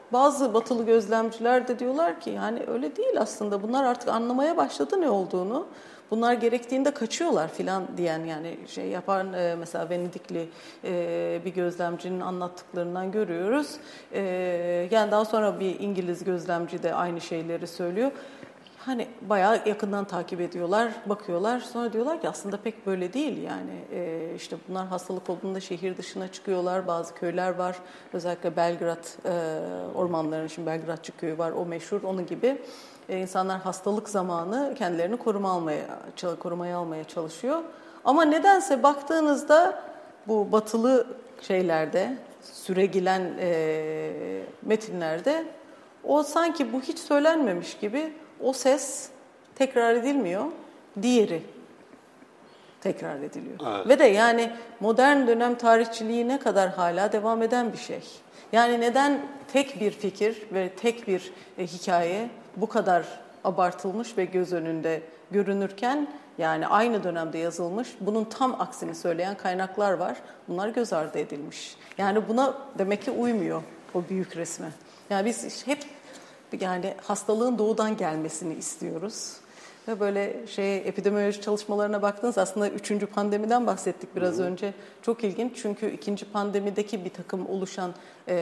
Speaker 3: bazı batılı gözlemciler de diyorlar ki yani öyle değil aslında. Bunlar artık anlamaya başladı ne olduğunu. Bunlar gerektiğinde kaçıyorlar filan diyen yani şey yapan mesela Venedikli bir gözlemcinin anlattıklarından görüyoruz. Yani daha sonra bir İngiliz gözlemci de aynı şeyleri söylüyor. Hani bayağı yakından takip ediyorlar, bakıyorlar. Sonra diyorlar ki aslında pek böyle değil yani. İşte bunlar hastalık olduğunda şehir dışına çıkıyorlar. Bazı köyler var. Özellikle Belgrad ormanlarının, şimdi Belgradçı köyü var. O meşhur, onun gibi. İnsanlar hastalık zamanı kendilerini korumaya almaya çalışıyor. Ama nedense baktığınızda bu batılı şeylerde, süregilen metinlerde o sanki bu hiç söylenmemiş gibi o ses tekrar edilmiyor, diğeri tekrar ediliyor. Evet. Ve de yani modern dönem tarihçiliği ne kadar hala devam eden bir şey. Yani neden tek bir fikir ve tek bir hikaye bu kadar abartılmış ve göz önünde görünürken yani aynı dönemde yazılmış, bunun tam aksini söyleyen kaynaklar var. Bunlar göz ardı edilmiş. Yani buna demek ki uymuyor o büyük resme. Yani biz hep yani hastalığın doğudan gelmesini istiyoruz. Ve böyle epidemioloji çalışmalarına baktınız aslında 3. pandemiden bahsettik biraz önce. Çok ilginç çünkü 2. pandemideki bir takım oluşan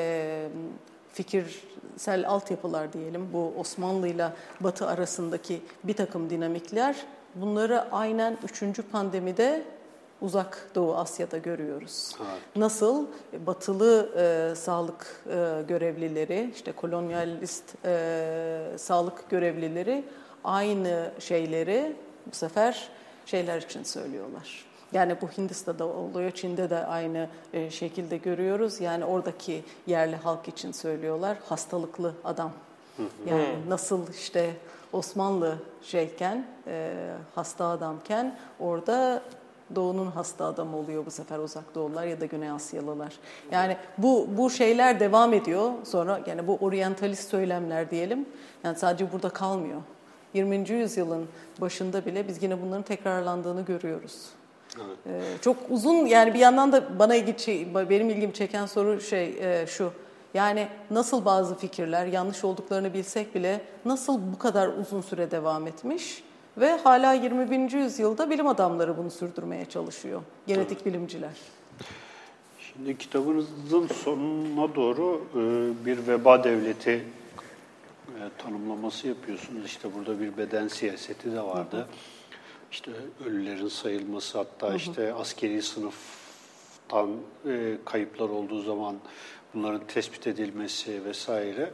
Speaker 3: fikirsel altyapılar diyelim. Bu Osmanlı'yla Batı arasındaki bir takım dinamikler. Bunları aynen 3. pandemide Uzak Doğu Asya'da görüyoruz. Evet. Nasıl batılı sağlık görevlileri, işte kolonyalist sağlık görevlileri aynı şeyleri bu sefer şeyler için söylüyorlar. Yani bu Hindistan'da oluyor, Çin'de de aynı şekilde görüyoruz. Yani oradaki yerli halk için söylüyorlar. Hastalıklı adam. Yani nasıl işte Osmanlı hasta adamken orada Doğu'nun hasta adamı oluyor bu sefer Uzak Doğulular ya da Güney Asyalılar. Yani bu şeyler devam ediyor. Sonra yani bu oryantalist söylemler diyelim. Yani sadece burada kalmıyor. 20. yüzyılın başında bile biz yine bunların tekrarlandığını görüyoruz. Evet. Çok uzun yani bir yandan da benim ilgimi çeken soru şu. Yani nasıl bazı fikirler yanlış olduklarını bilsek bile nasıl bu kadar uzun süre devam etmiş ve hala 21. yüzyılda bilim adamları bunu sürdürmeye çalışıyor. Genetik bilimciler.
Speaker 1: Şimdi kitabınızın sonuna doğru bir veba devleti tanımlaması yapıyorsunuz. İşte burada bir beden siyaseti de vardı. İşte ölülerin sayılması, hatta işte askeri sınıftan kayıplar olduğu zaman bunların tespit edilmesi vesaire.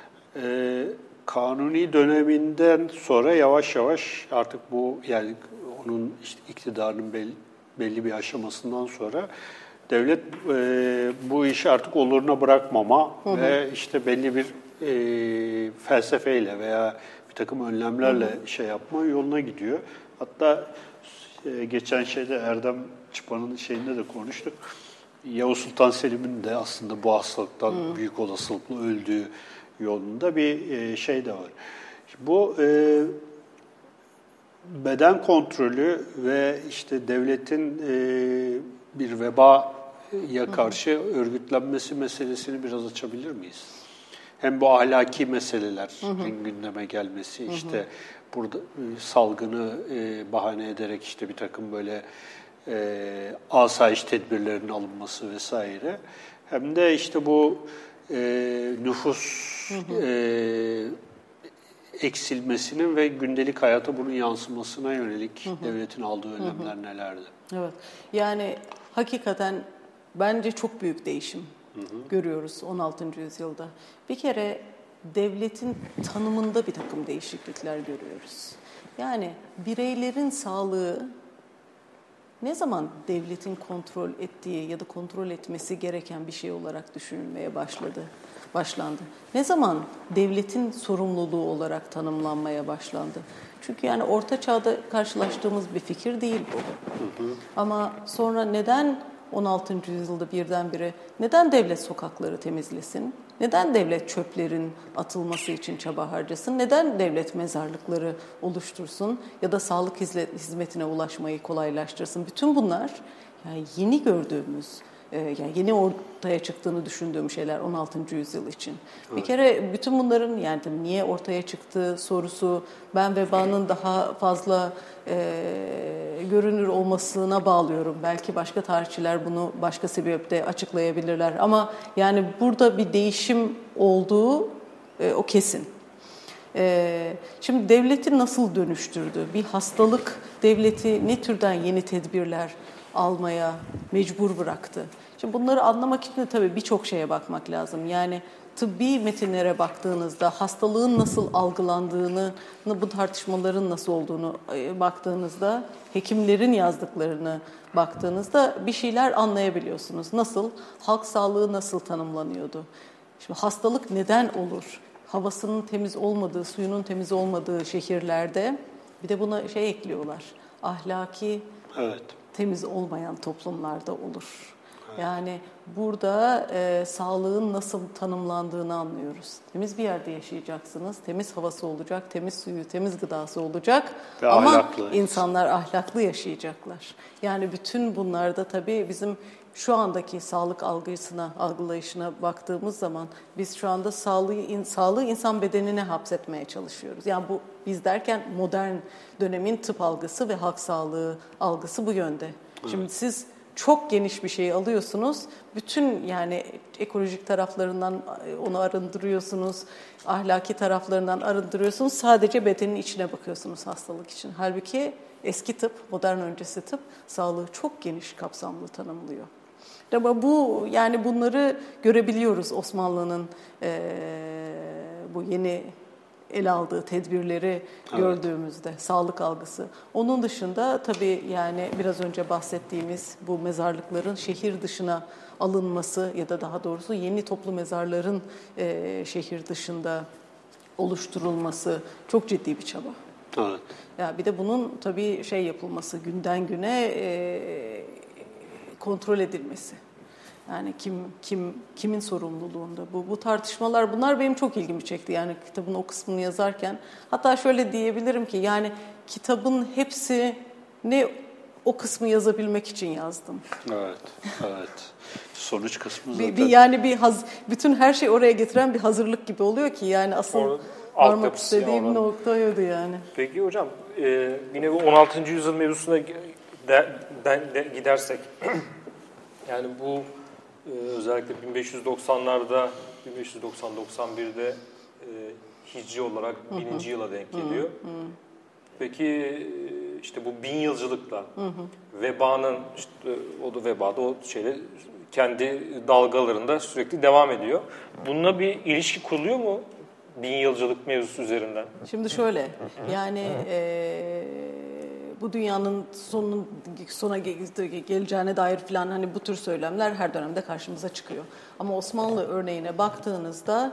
Speaker 1: Kanuni döneminden sonra yavaş yavaş artık bu yani onun işte iktidarının belli bir aşamasından sonra devlet bu işi artık oluruna bırakmama ve işte belli bir felsefeyle veya bir takım önlemlerle yapma yoluna gidiyor. Hatta geçen Erdem Çıpa'nın şeyinde de konuştuk. Yavuz Sultan Selim'in de aslında bu hastalıktan büyük olasılıkla öldüğü yolunda bir şey de var. Bu beden kontrolü ve işte devletin bir vebaya karşı örgütlenmesi meselesini biraz açabilir miyiz? Hem bu ahlaki meselelerin gündeme gelmesi, işte burada salgını bahane ederek işte bir takım böyle asayiş tedbirlerinin alınması vesaire. Hem de işte bu nüfus eksilmesinin ve gündelik hayata bunun yansımasına yönelik devletin aldığı önlemler nelerdi?
Speaker 3: Evet, yani hakikaten bence çok büyük değişim görüyoruz 16. yüzyılda. Bir kere devletin tanımında bir takım değişiklikler görüyoruz. Yani bireylerin sağlığı ne zaman devletin kontrol ettiği ya da kontrol etmesi gereken bir şey olarak düşünülmeye başlandı? Ne zaman devletin sorumluluğu olarak tanımlanmaya başlandı? Çünkü yani Orta Çağ'da karşılaştığımız bir fikir değil bu. Ama sonra neden 16. yüzyılda birdenbire neden devlet sokakları temizlesin? Neden devlet çöplerin atılması için çaba harcasın? Neden devlet mezarlıkları oluştursun ya da sağlık hizmetine ulaşmayı kolaylaştırsın? Bütün bunlar yani yeni gördüğümüz Yani yeni ortaya çıktığını düşündüğüm şeyler 16. yüzyıl için. Bir kere bütün bunların yani tabii niye ortaya çıktığı sorusu ben vebanın daha fazla görünür olmasına bağlıyorum. Belki başka tarihçiler bunu başka sebeple açıklayabilirler ama yani burada bir değişim olduğu o kesin. Şimdi devleti nasıl dönüştürdü? Bir hastalık devleti ne türden yeni tedbirler almaya mecbur bıraktı? Şimdi bunları anlamak için de tabii birçok şeye bakmak lazım. Yani tıbbi metinlere baktığınızda hastalığın nasıl algılandığını, bu tartışmaların nasıl olduğunu baktığınızda, hekimlerin yazdıklarını baktığınızda bir şeyler anlayabiliyorsunuz. Nasıl? Halk sağlığı nasıl tanımlanıyordu? Şimdi hastalık neden olur? Havasının temiz olmadığı, suyunun temiz olmadığı şehirlerde bir de buna şey ekliyorlar. Ahlaki temiz olmayan toplumlarda olur. Yani burada sağlığın nasıl tanımlandığını anlıyoruz. Temiz bir yerde yaşayacaksınız, temiz havası olacak, temiz suyu, temiz gıdası olacak ama insanlar ahlaklı yaşayacaklar. Yani bütün bunlarda tabii bizim şu andaki sağlık algılayışına baktığımız zaman biz şu anda sağlığı insan bedenine hapsetmeye çalışıyoruz. Yani bu biz derken modern dönemin tıp algısı ve halk sağlığı algısı bu yönde. Şimdi siz çok geniş bir şey alıyorsunuz. Bütün yani ekolojik taraflarından onu arındırıyorsunuz. Ahlaki taraflarından arındırıyorsunuz. Sadece bedenin içine bakıyorsunuz hastalık için. Halbuki eski tıp, modern öncesi tıp sağlığı çok geniş kapsamlı tanımlıyor. Ama bu yani bunları görebiliyoruz Osmanlı'nın bu yeni ele aldığı tedbirleri gördüğümüzde sağlık algısı. Onun dışında tabii yani biraz önce bahsettiğimiz bu mezarlıkların şehir dışına alınması ya da daha doğrusu yeni toplu mezarların şehir dışında oluşturulması çok ciddi bir çaba.
Speaker 1: Evet.
Speaker 3: Ya bir de bunun tabii şey yapılması günden güne kontrol edilmesi. Yani kimin sorumluluğunda bu tartışmalar bunlar benim çok ilgimi çekti yani kitabın o kısmını yazarken. Hatta şöyle diyebilirim ki yani kitabın hepsini o kısmı yazabilmek için yazdım.
Speaker 1: Evet. Sonuç kısmı zaten.
Speaker 3: Yani bütün her şey oraya getiren bir hazırlık gibi oluyor ki yani asıl varmak istediğim noktaydı yani.
Speaker 2: Peki hocam yine bu 16. yüzyıl mevzusuna gidersek yani bu özellikle 1590'larda 1590-91'de hicri olarak 1000. yıla denk geliyor. Peki işte bu 1000 yılcılıkla vebanın işte o da vebada o şeyle kendi dalgalarında sürekli devam ediyor. Bununla bir ilişki kuruluyor mu 1000 yılcılık mevzusu üzerinden?
Speaker 3: Şimdi şöyle yani bu dünyanın sona geleceğine dair falan hani bu tür söylemler her dönemde karşımıza çıkıyor. Ama Osmanlı örneğine baktığınızda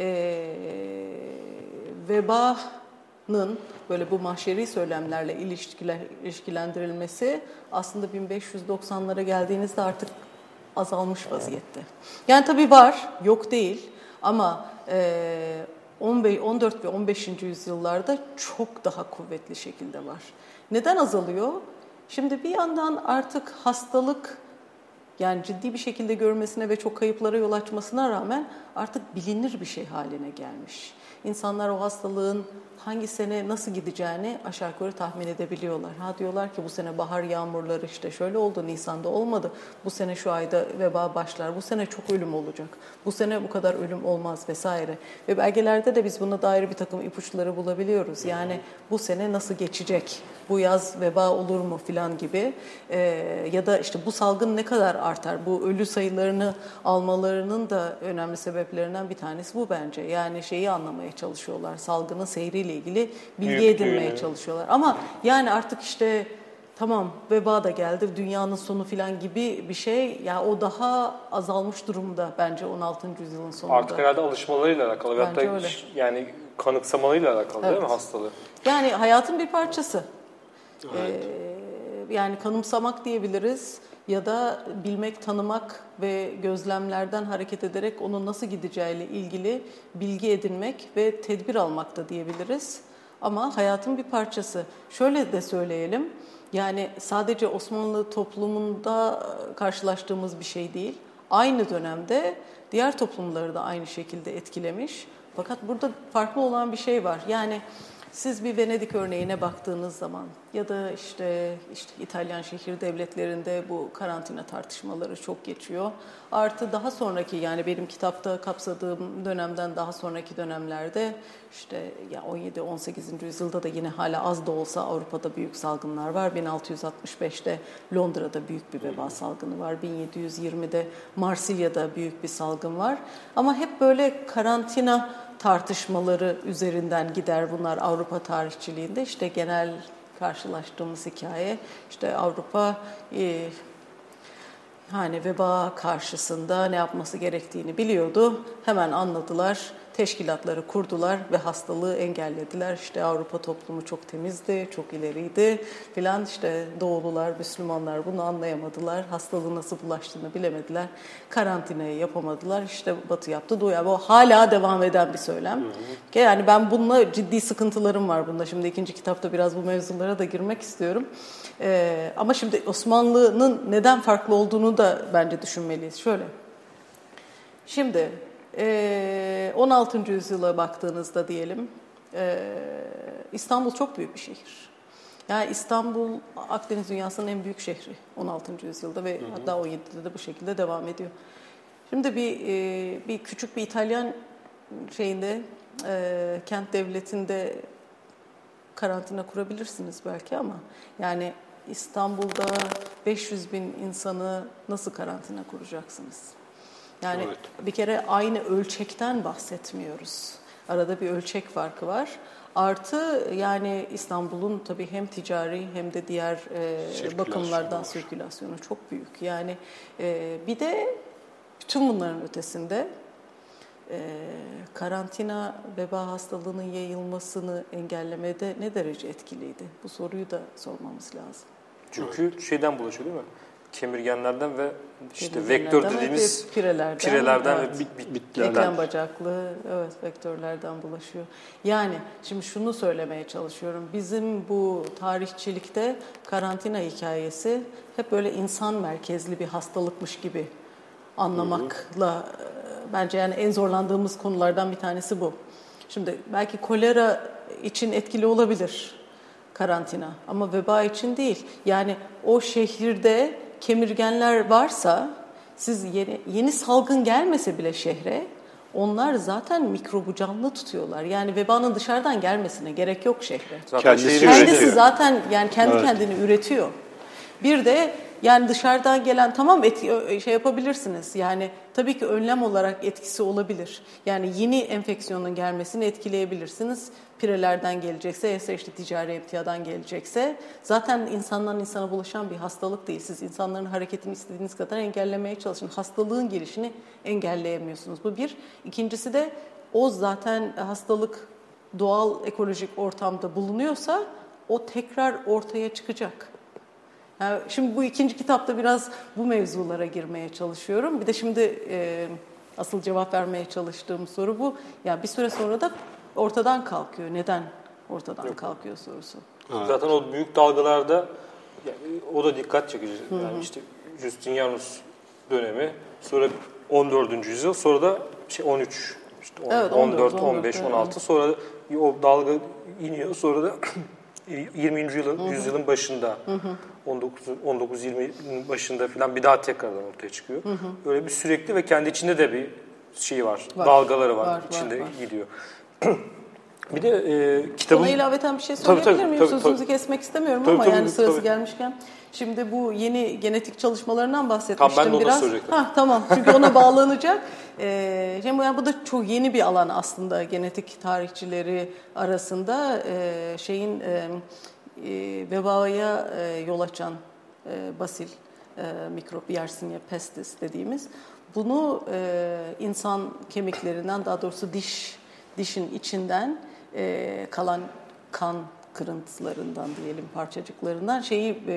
Speaker 3: vebanın böyle bu mahşeri söylemlerle ilişkilendirilmesi aslında 1590'lara geldiğinizde artık azalmış vaziyette. Yani tabii var, yok değil ama 14 ve 15. yüzyıllarda çok daha kuvvetli şekilde var. Neden azalıyor? Şimdi bir yandan artık hastalık yani ciddi bir şekilde görmesine ve çok kayıplara yol açmasına rağmen artık bilinir bir şey haline gelmiş. İnsanlar o hastalığın hangi sene nasıl gideceğini aşağı yukarı tahmin edebiliyorlar. Diyorlar ki bu sene bahar yağmurları işte şöyle oldu, Nisan'da olmadı. Bu sene şu ayda veba başlar, bu sene çok ölüm olacak. Bu sene bu kadar ölüm olmaz vesaire. Ve belgelerde de biz buna dair bir takım ipuçları bulabiliyoruz. Yani bu sene nasıl geçecek, bu yaz veba olur mu filan gibi. Ya da işte bu salgın ne kadar artar, bu ölü sayılarını almalarının da önemli sebeplerinden bir tanesi bu bence. Yani şeyi anlamaya çalışıyorlar, salgının seyriyle ilgili bilgi edinmeye çalışıyorlar. Ama yani artık işte tamam veba da geldi, dünyanın sonu falan gibi bir şey. Ya o daha azalmış durumda bence 16. yüzyılın sonunda.
Speaker 2: Artık herhalde alışmalarıyla alakalı. Hatta yani kanıksamalarıyla alakalı değil mi hastalığı?
Speaker 3: Yani hayatın bir parçası. Evet. Yani kanımsamak diyebiliriz ya da bilmek, tanımak ve gözlemlerden hareket ederek onun nasıl gideceğiyle ilgili bilgi edinmek ve tedbir almak da diyebiliriz. ama hayatın bir parçası. Şöyle de söyleyelim, yani sadece Osmanlı toplumunda karşılaştığımız bir şey değil. Aynı dönemde diğer toplumları da aynı şekilde etkilemiş. Fakat burada farklı olan bir şey var. Yani siz bir Venedik örneğine baktığınız zaman ya da işte İtalyan şehir devletlerinde bu karantina tartışmaları çok geçiyor. Artı daha sonraki, yani benim kitapta kapsadığım dönemden daha sonraki dönemlerde işte ya 17-18. yüzyılda da yine hala az da olsa Avrupa'da büyük salgınlar var. 1665'te Londra'da büyük bir veba salgını var. 1720'de Marsilya'da büyük bir salgın var. Ama hep böyle karantina tartışmaları üzerinden gider bunlar Avrupa tarihçiliğinde. İşte genel karşılaştığımız hikaye, işte Avrupa hani veba karşısında ne yapması gerektiğini biliyordu. Hemen anladılar, teşkilatları kurdular ve hastalığı engellediler. İşte Avrupa toplumu çok temizdi, çok ileriydi filan. İşte Doğulular, Müslümanlar bunu anlayamadılar. Hastalığın nasıl bulaştığını bilemediler. Karantinayı yapamadılar. İşte Batı yaptı, Doğu yaptı. O hala devam eden bir söylem. Yani ben bununla ciddi sıkıntılarım var bunda. Şimdi ikinci kitapta biraz bu mevzulara da girmek istiyorum. Ama şimdi Osmanlı'nın neden farklı olduğunu da bence düşünmeliyiz. Şöyle, şimdi 16. yüzyıla baktığınızda diyelim, İstanbul çok büyük bir şehir. Yani İstanbul Akdeniz dünyasının en büyük şehri 16. yüzyılda ve hatta 17'de de bu şekilde devam ediyor. Şimdi bir küçük bir İtalyan kent devletinde karantina kurabilirsiniz belki ama yani İstanbul'da 500 bin insanı nasıl karantina kuracaksınız? Yani bir kere aynı ölçekten bahsetmiyoruz. Arada bir ölçek farkı var. Artı yani İstanbul'un tabii hem ticari hem de diğer bakımlardan sirkülasyonu çok büyük. Yani bir de bütün bunların ötesinde karantina veba hastalığının yayılmasını engellemede ne derece etkiliydi? Bu soruyu da sormamız lazım.
Speaker 2: Çünkü şeyden bulaşıyor değil mi? Kemirgenlerden ve işte vektör dediğimiz pirelerden
Speaker 3: evet.
Speaker 2: ve bitkilerden.
Speaker 3: Eklem bacaklı, evet, vektörlerden bulaşıyor. Yani şimdi şunu söylemeye çalışıyorum. Bizim bu tarihçilikte karantina hikayesi hep böyle insan merkezli bir hastalıkmış gibi anlamakla bence yani en zorlandığımız konulardan bir tanesi bu. Şimdi belki kolera için etkili olabilir karantina ama veba için değil. Yani o şehirde kemirgenler varsa siz yeni salgın gelmese bile şehre, onlar zaten mikrobu canlı tutuyorlar. Yani vebanın dışarıdan gelmesine gerek yok şehre. Kendisi zaten yani kendi kendini üretiyor. Bir de yani dışarıdan gelen yapabilirsiniz. Yani tabii ki önlem olarak etkisi olabilir. Yani yeni enfeksiyonun gelmesini etkileyebilirsiniz. Pirelerden gelecekse ya işte ticari emtiadan gelecekse zaten insandan insana bulaşan bir hastalık değil. Siz insanların hareketini istediğiniz kadar engellemeye çalışın. Hastalığın gelişini engelleyemiyorsunuz. Bu bir. İkincisi de o zaten hastalık doğal ekolojik ortamda bulunuyorsa o tekrar ortaya çıkacak. Yani şimdi bu ikinci kitapta biraz bu mevzulara girmeye çalışıyorum. Bir de şimdi asıl cevap vermeye çalıştığım soru bu. Yani bir süre sonra da ortadan kalkıyor. Neden ortadan kalkıyor sorusu.
Speaker 2: Evet. Zaten o büyük dalgalarda yani o da dikkat çekici. Yani işte Justinianus dönemi, sonra 14. yüzyıl, sonra da 13, işte 14, 15, 16, sonra o dalga iniyor, sonra da 20. yüzyılın başında 19-20'nin başında falan bir daha tekrardan ortaya çıkıyor. Öyle bir sürekli ve kendi içinde de bir şey var. Dalgaları var. İçinde gidiyor. Bir de kitabın...
Speaker 3: Buna ilaveten bir şey söyleyebilir miyim? Sözünüzü kesmek istemiyorum ama yani sırası gelmişken. Şimdi bu yeni genetik çalışmalarından bahsetmiştim
Speaker 2: ben de
Speaker 3: biraz. Tamam. Çünkü ona bağlanacak. Yani bu da çok yeni bir alan aslında genetik tarihçileri arasında. Vebaya yol açan basil mikrop, Yersinia pestis dediğimiz. Bunu insan kemiklerinden, daha doğrusu dişin içinden kalan kan kırıntılarından diyelim, parçacıklarından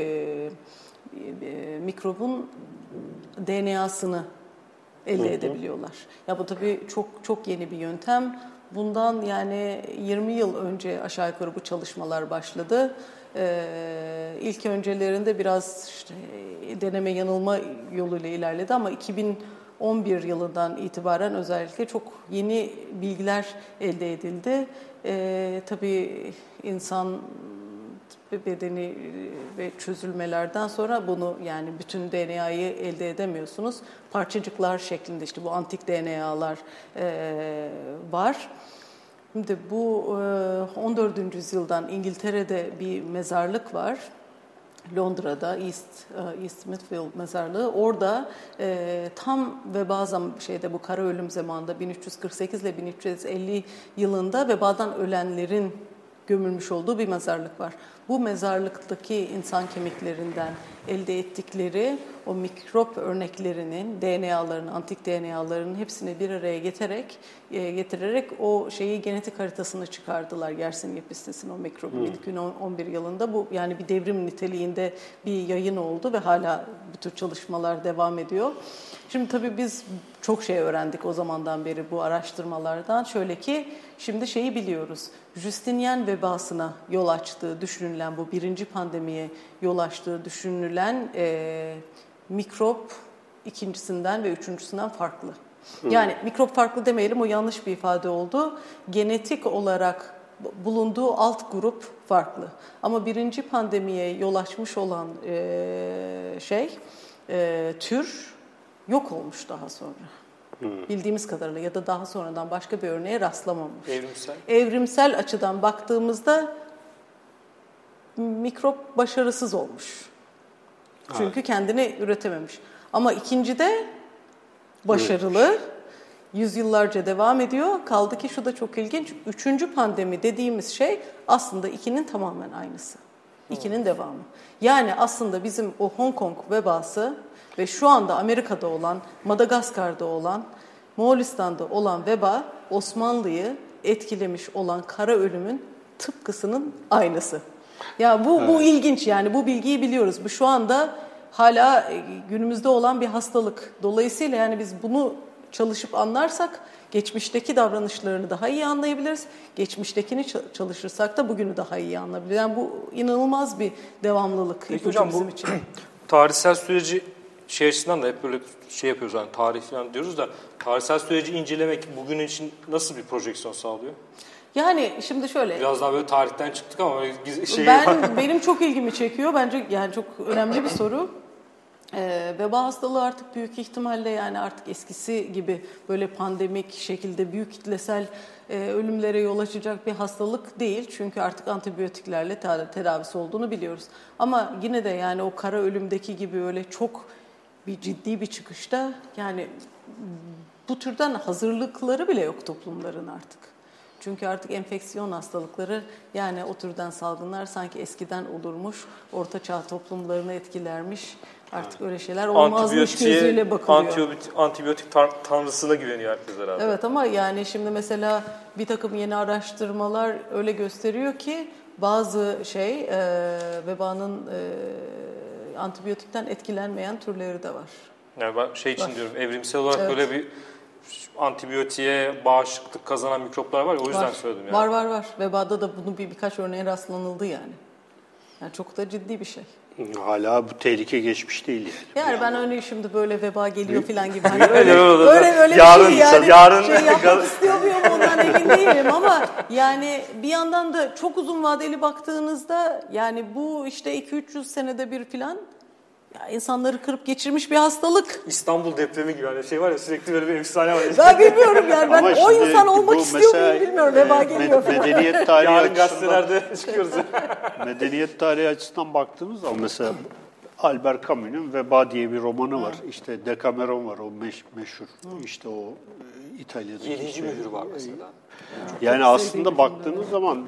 Speaker 3: mikrobun DNA'sını elde edebiliyorlar. Ya bu tabii çok çok yeni bir yöntem. bundan yani 20 yıl önce aşağı yukarı bu çalışmalar başladı. İlk öncelerinde biraz işte deneme yanılma yoluyla ilerledi ama 2011 yılından itibaren özellikle çok yeni bilgiler elde edildi. Tabii insan bedeni ve çözülmelerden sonra bunu yani bütün DNA'yı elde edemiyorsunuz. Parçacıklar şeklinde işte bu antik DNA'lar var. Şimdi bu 14. yüzyıldan İngiltere'de bir mezarlık var. Londra'da East Smithfield mezarlığı. Orada tam veba bu kara ölüm zamanında 1348 ile 1350 yılında vebadan ölenlerin gömülmüş olduğu bir mezarlık var. Bu mezarlıktaki insan kemiklerinden elde ettikleri o mikrop örneklerinin, DNA'larının, antik DNA'larının hepsini bir araya getirerek o genetik haritasını çıkardılar. Yersin Yepistis'in o mikrobun 2011 yılında. Bu yani bir devrim niteliğinde bir yayın oldu ve hala bu tür çalışmalar devam ediyor. Şimdi tabii biz çok şey öğrendik o zamandan beri bu araştırmalardan. Şöyle ki şimdi biliyoruz. Justinian vebasına yol açtığı düşünülen bu birinci pandemiye yol açtığı düşünülen mikrop ikincisinden ve üçüncüsünden farklı. Yani mikrop farklı demeyelim, o yanlış bir ifade oldu. Genetik olarak bulunduğu alt grup farklı. Ama birinci pandemiye yol açmış olan tür yok olmuş daha sonra. Bildiğimiz kadarıyla ya da daha sonradan başka bir örneğe rastlamamış. Evrimsel açıdan baktığımızda mikrop başarısız olmuş. Çünkü kendini üretememiş. Ama ikincide başarılı, yüzyıllarca devam ediyor. Kaldı ki şu da çok ilginç, üçüncü pandemi dediğimiz şey aslında ikinin tamamen aynısı. İkinin devamı. Yani aslında bizim o Hong Kong vebası ve şu anda Amerika'da olan, Madagaskar'da olan, Moğolistan'da olan veba Osmanlı'yı etkilemiş olan kara ölümün tıpkısının aynısı. Ya bu ilginç, yani bu bilgiyi biliyoruz. Bu şu anda hala günümüzde olan bir hastalık. Dolayısıyla yani biz bunu çalışıp anlarsak geçmişteki davranışlarını daha iyi anlayabiliriz. Geçmiştekini çalışırsak da bugünü daha iyi anlayabiliriz. Yani bu inanılmaz bir devamlılık.
Speaker 2: Peki hocam, bizim için. Tarihsel süreci açısından da hep böyle yapıyoruz, yani tarih falan diyoruz da tarihsel süreci incelemek bugün için nasıl bir projeksiyon sağlıyor?
Speaker 3: Yani şimdi şöyle.
Speaker 2: Biraz daha böyle tarihten çıktık ama
Speaker 3: benim çok ilgimi çekiyor. Bence yani çok önemli bir soru. Veba hastalığı artık büyük ihtimalle yani artık eskisi gibi böyle pandemik şekilde büyük kitlesel ölümlere yol açacak bir hastalık değil. Çünkü artık antibiyotiklerle tedavisi olduğunu biliyoruz. Ama yine de yani o kara ölümdeki gibi öyle çok ciddi bir çıkışta yani bu türden hazırlıkları bile yok toplumların artık. Çünkü artık enfeksiyon hastalıkları yani o türden salgınlar sanki eskiden olurmuş, orta çağ toplumlarını etkilermiş. Artık öyle şeyler olmazmış gözüyle bakılıyor.
Speaker 2: Antibiyotik tanrısına güveniyor herkes herhalde.
Speaker 3: Evet ama yani şimdi mesela bir takım yeni araştırmalar öyle gösteriyor ki bazı vebanın antibiyotikten etkilenmeyen türleri de var.
Speaker 2: Yani ben için diyorum, evrimsel olarak böyle bir antibiyotiğe bağışıklık kazanan mikroplar var ya, o yüzden söyledim yani.
Speaker 3: Var. Vebada da bunun birkaç örneğe rastlanıldı yani. Yani çok da ciddi bir şey.
Speaker 1: Hala bu tehlike geçmiş değil yani.
Speaker 3: Yani ben öyle şimdi böyle veba geliyor falan gibi hani öyle bir
Speaker 2: yarın,
Speaker 3: şey yani
Speaker 2: yarın
Speaker 3: yapmak istiyor muyum ondan emin değilim ama yani bir yandan da çok uzun vadeli baktığınızda yani bu işte 200-300 senede bir falan ya insanları kırıp geçirmiş bir hastalık.
Speaker 2: İstanbul depremi gibi hani var ya, sürekli böyle bir efsane var.
Speaker 3: Ben bilmiyorum yani, ben o insan olmak istiyor muyum bilmiyorum. Veba geliyor falan.
Speaker 1: Medeniyet tarihi
Speaker 2: yarın gazetelerde çıkıyoruz.
Speaker 1: Medeniyet tarihi açısından baktığımız zaman mesela Albert Camus'un Veba diye bir romanı var. İşte Decameron var, o meşhur. İşte o İtalya'daki.
Speaker 2: 7. mühür var mesela.
Speaker 1: Yani aslında baktığınız zaman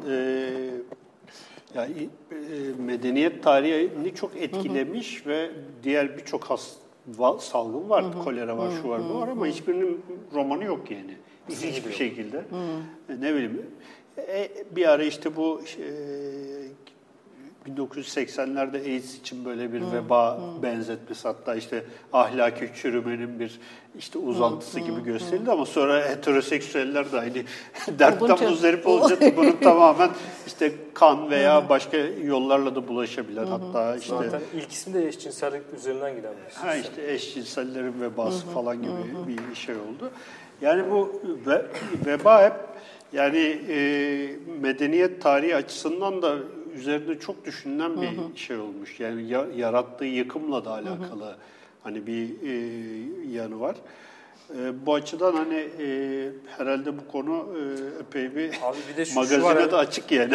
Speaker 1: yani medeniyet tarihini çok etkilemiş ve diğer birçok salgın var. Kolera var, şu var, bu var ama hiçbirinin romanı yok yani. Hiçbir şekilde. Ne bileyim. Bir ara işte bu 1980'lerde AIDS için böyle bir veba benzetmesi, hatta işte ahlaki çürümenin bir işte uzantısı gibi gösterildi ama sonra heteroseksüeller de aynı dertten muzdarip olacak, bunun tamamen işte kan veya başka yollarla da bulaşabilen, hatta işte
Speaker 2: zaten ilk isim de eşcinsellik üzerinden giden bir şey.
Speaker 1: işte eşcinsellerin vebası falan gibi bir şey oldu. Yani bu veba hep yani medeniyet tarihi açısından da üzerinde çok düşünülen bir şey olmuş. Yani yarattığı yıkımla da alakalı hani bir yanı var. Bu açıdan hani herhalde bu konu epey bir magazine de açık yani.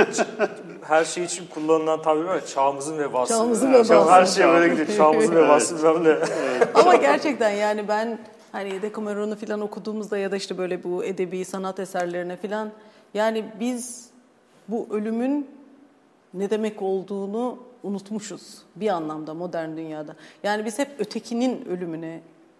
Speaker 2: Her şey için kullanılan tabir var ya, çağımızın vebası.
Speaker 3: Çağımızın vebası.
Speaker 2: Her şey böyle gidiyor. Çağımızın vebası.
Speaker 3: Ama gerçekten yani ben hani Decameron'u falan okuduğumuzda ya da işte böyle bu edebi sanat eserlerine falan, yani biz bu ölümün ne demek olduğunu unutmuşuz bir anlamda modern dünyada. Yani biz hep ötekinin ölümüne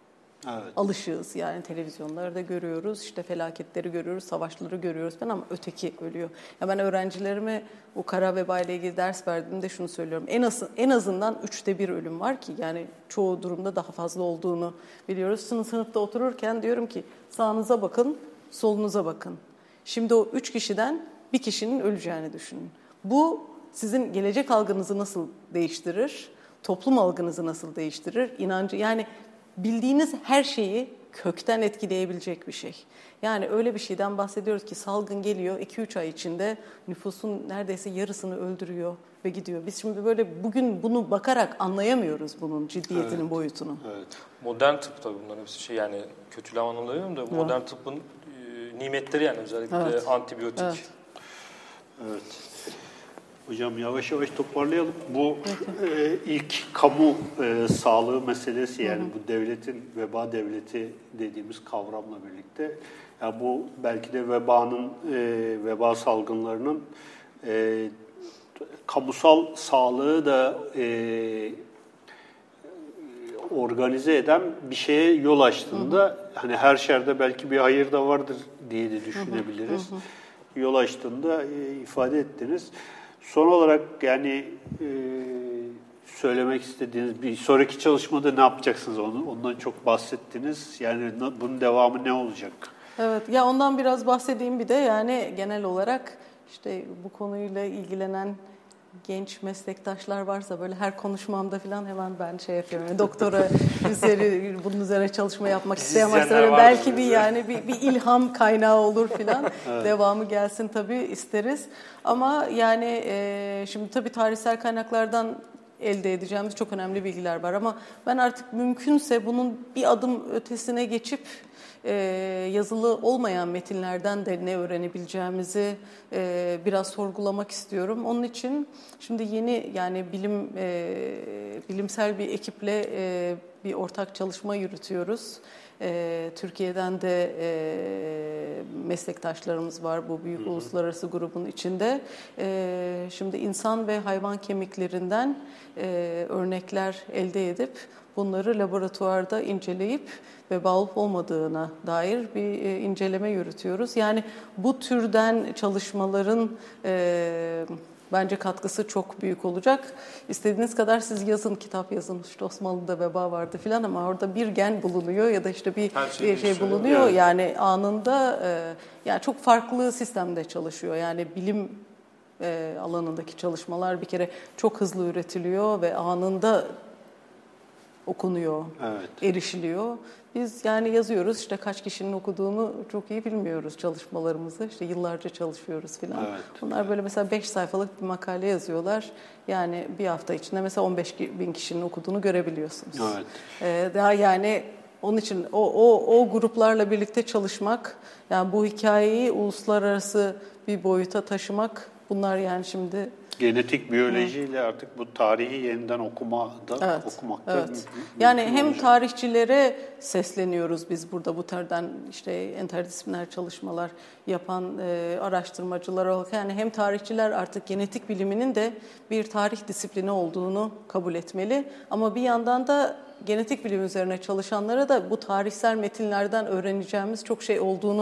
Speaker 3: alışığız. Yani televizyonlarda görüyoruz, işte felaketleri görüyoruz, savaşları görüyoruz falan ama öteki ölüyor. Ya ben öğrencilerime o kara veba ile ilgili ders verdiğimde şunu söylüyorum. En azından 1/3 ölüm var ki yani çoğu durumda daha fazla olduğunu biliyoruz. Sınıfta otururken diyorum ki sağınıza bakın, solunuza bakın. Şimdi o 3 kişiden bir kişinin öleceğini düşünün. Bu sizin gelecek algınızı nasıl değiştirir? Toplum algınızı nasıl değiştirir? İnancı, yani bildiğiniz her şeyi kökten etkileyebilecek bir şey. Yani öyle bir şeyden bahsediyoruz ki salgın geliyor, 2-3 ay içinde nüfusun neredeyse yarısını öldürüyor ve gidiyor. Biz şimdi böyle bugün bunu bakarak anlayamıyoruz bunun ciddiyetinin boyutunu.
Speaker 2: Evet. Modern tıp tabii bunların hepsi şey, yani kötüleme anlamında demiyorum da modern tıbbın nimetleri, yani özellikle antibiyotik.
Speaker 1: Evet. Hocam yavaş yavaş toparlayalım. Bu ilk kamu sağlığı meselesi, yani bu devletin, veba devleti dediğimiz kavramla birlikte, ya bu belki de veba salgınlarının kamusal sağlığı da organize eden bir şeye yol açtığında, hani her şerde belki bir hayır da vardır diye de düşünebiliriz. Yol açtığında ifade ettiniz. Son olarak yani söylemek istediğiniz, bir sonraki çalışmada ne yapacaksınız, ondan çok bahsettiniz. Yani bunun devamı ne olacak?
Speaker 3: Evet, ya ondan biraz bahsedeyim bir de, yani genel olarak işte bu konuyla ilgilenen genç meslektaşlar varsa böyle her konuşmamda falan hemen ben şey yapıyorum. Yani doktora üzeri, bunun üzerine çalışma yapmak isteyen varsa belki bir ilham kaynağı olur falan. Evet. Devamı gelsin tabii, isteriz. Ama yani şimdi tabii tarihsel kaynaklardan elde edeceğimiz çok önemli bilgiler var ama ben artık mümkünse bunun bir adım ötesine geçip yazılı olmayan metinlerden de ne öğrenebileceğimizi biraz sorgulamak istiyorum. Onun için şimdi yeni, yani bilimsel bir ekiple bir ortak çalışma yürütüyoruz. Türkiye'den de meslektaşlarımız var bu büyük uluslararası grubun içinde. Şimdi insan ve hayvan kemiklerinden örnekler elde edip bunları laboratuvarda inceleyip veba olup olmadığına dair bir inceleme yürütüyoruz. Yani bu türden çalışmaların bence katkısı çok büyük olacak. İstediğiniz kadar siz yazın, kitap yazın. İşte Osmanlı'da veba vardı filan ama orada bir gen bulunuyor ya da işte bir şey bulunuyor. Yani anında yani çok farklı sistemde çalışıyor. Yani bilim alanındaki çalışmalar bir kere çok hızlı üretiliyor ve anında okunuyor, erişiliyor. Biz yani yazıyoruz, işte kaç kişinin okuduğunu çok iyi bilmiyoruz çalışmalarımızı. İşte yıllarca çalışıyoruz filan. Bunlar böyle mesela 5 sayfalık bir makale yazıyorlar. Yani bir hafta içinde mesela 15.000 kişinin okuduğunu görebiliyorsunuz. Daha yani onun için o gruplarla birlikte çalışmak, yani bu hikayeyi uluslararası bir boyuta taşımak, bunlar yani şimdi
Speaker 1: genetik biyolojiyle artık bu tarihi yeniden okumakta
Speaker 3: yani hem olacak. Tarihçilere sesleniyoruz biz burada, bu türden işte interdisipliner çalışmalar yapan araştırmacılar olarak. Yani hem tarihçiler artık genetik biliminin de bir tarih disiplini olduğunu kabul etmeli ama bir yandan da genetik bilim üzerine çalışanlara da bu tarihsel metinlerden öğreneceğimiz çok şey olduğunu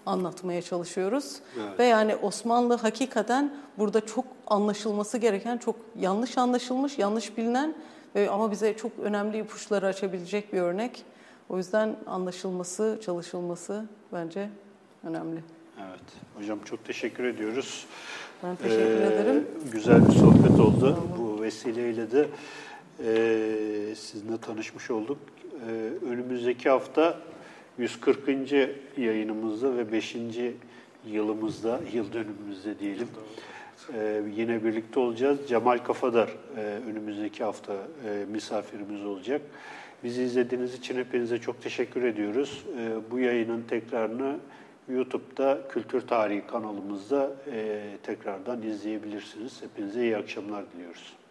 Speaker 3: anlatmaya çalışıyoruz.
Speaker 1: Evet.
Speaker 3: Ve yani Osmanlı hakikaten burada çok anlaşılması gereken, çok yanlış anlaşılmış, yanlış bilinen ama bize çok önemli ipuçları açabilecek bir örnek. O yüzden anlaşılması, çalışılması bence önemli.
Speaker 1: Evet. Hocam çok teşekkür ediyoruz.
Speaker 3: Ben teşekkür ederim.
Speaker 1: Güzel bir sohbet oldu. Bu vesileyle de sizinle tanışmış olduk. Önümüzdeki hafta 140. yayınımızda ve 5. yılımızda, yıl dönümümüzde diyelim. Yine birlikte olacağız. Cemal Kafadar önümüzdeki hafta misafirimiz olacak. Bizi izlediğiniz için hepinize çok teşekkür ediyoruz. Bu yayının tekrarını YouTube'da Kültür Tarihi kanalımızda tekrardan izleyebilirsiniz. Hepinize iyi akşamlar diliyoruz.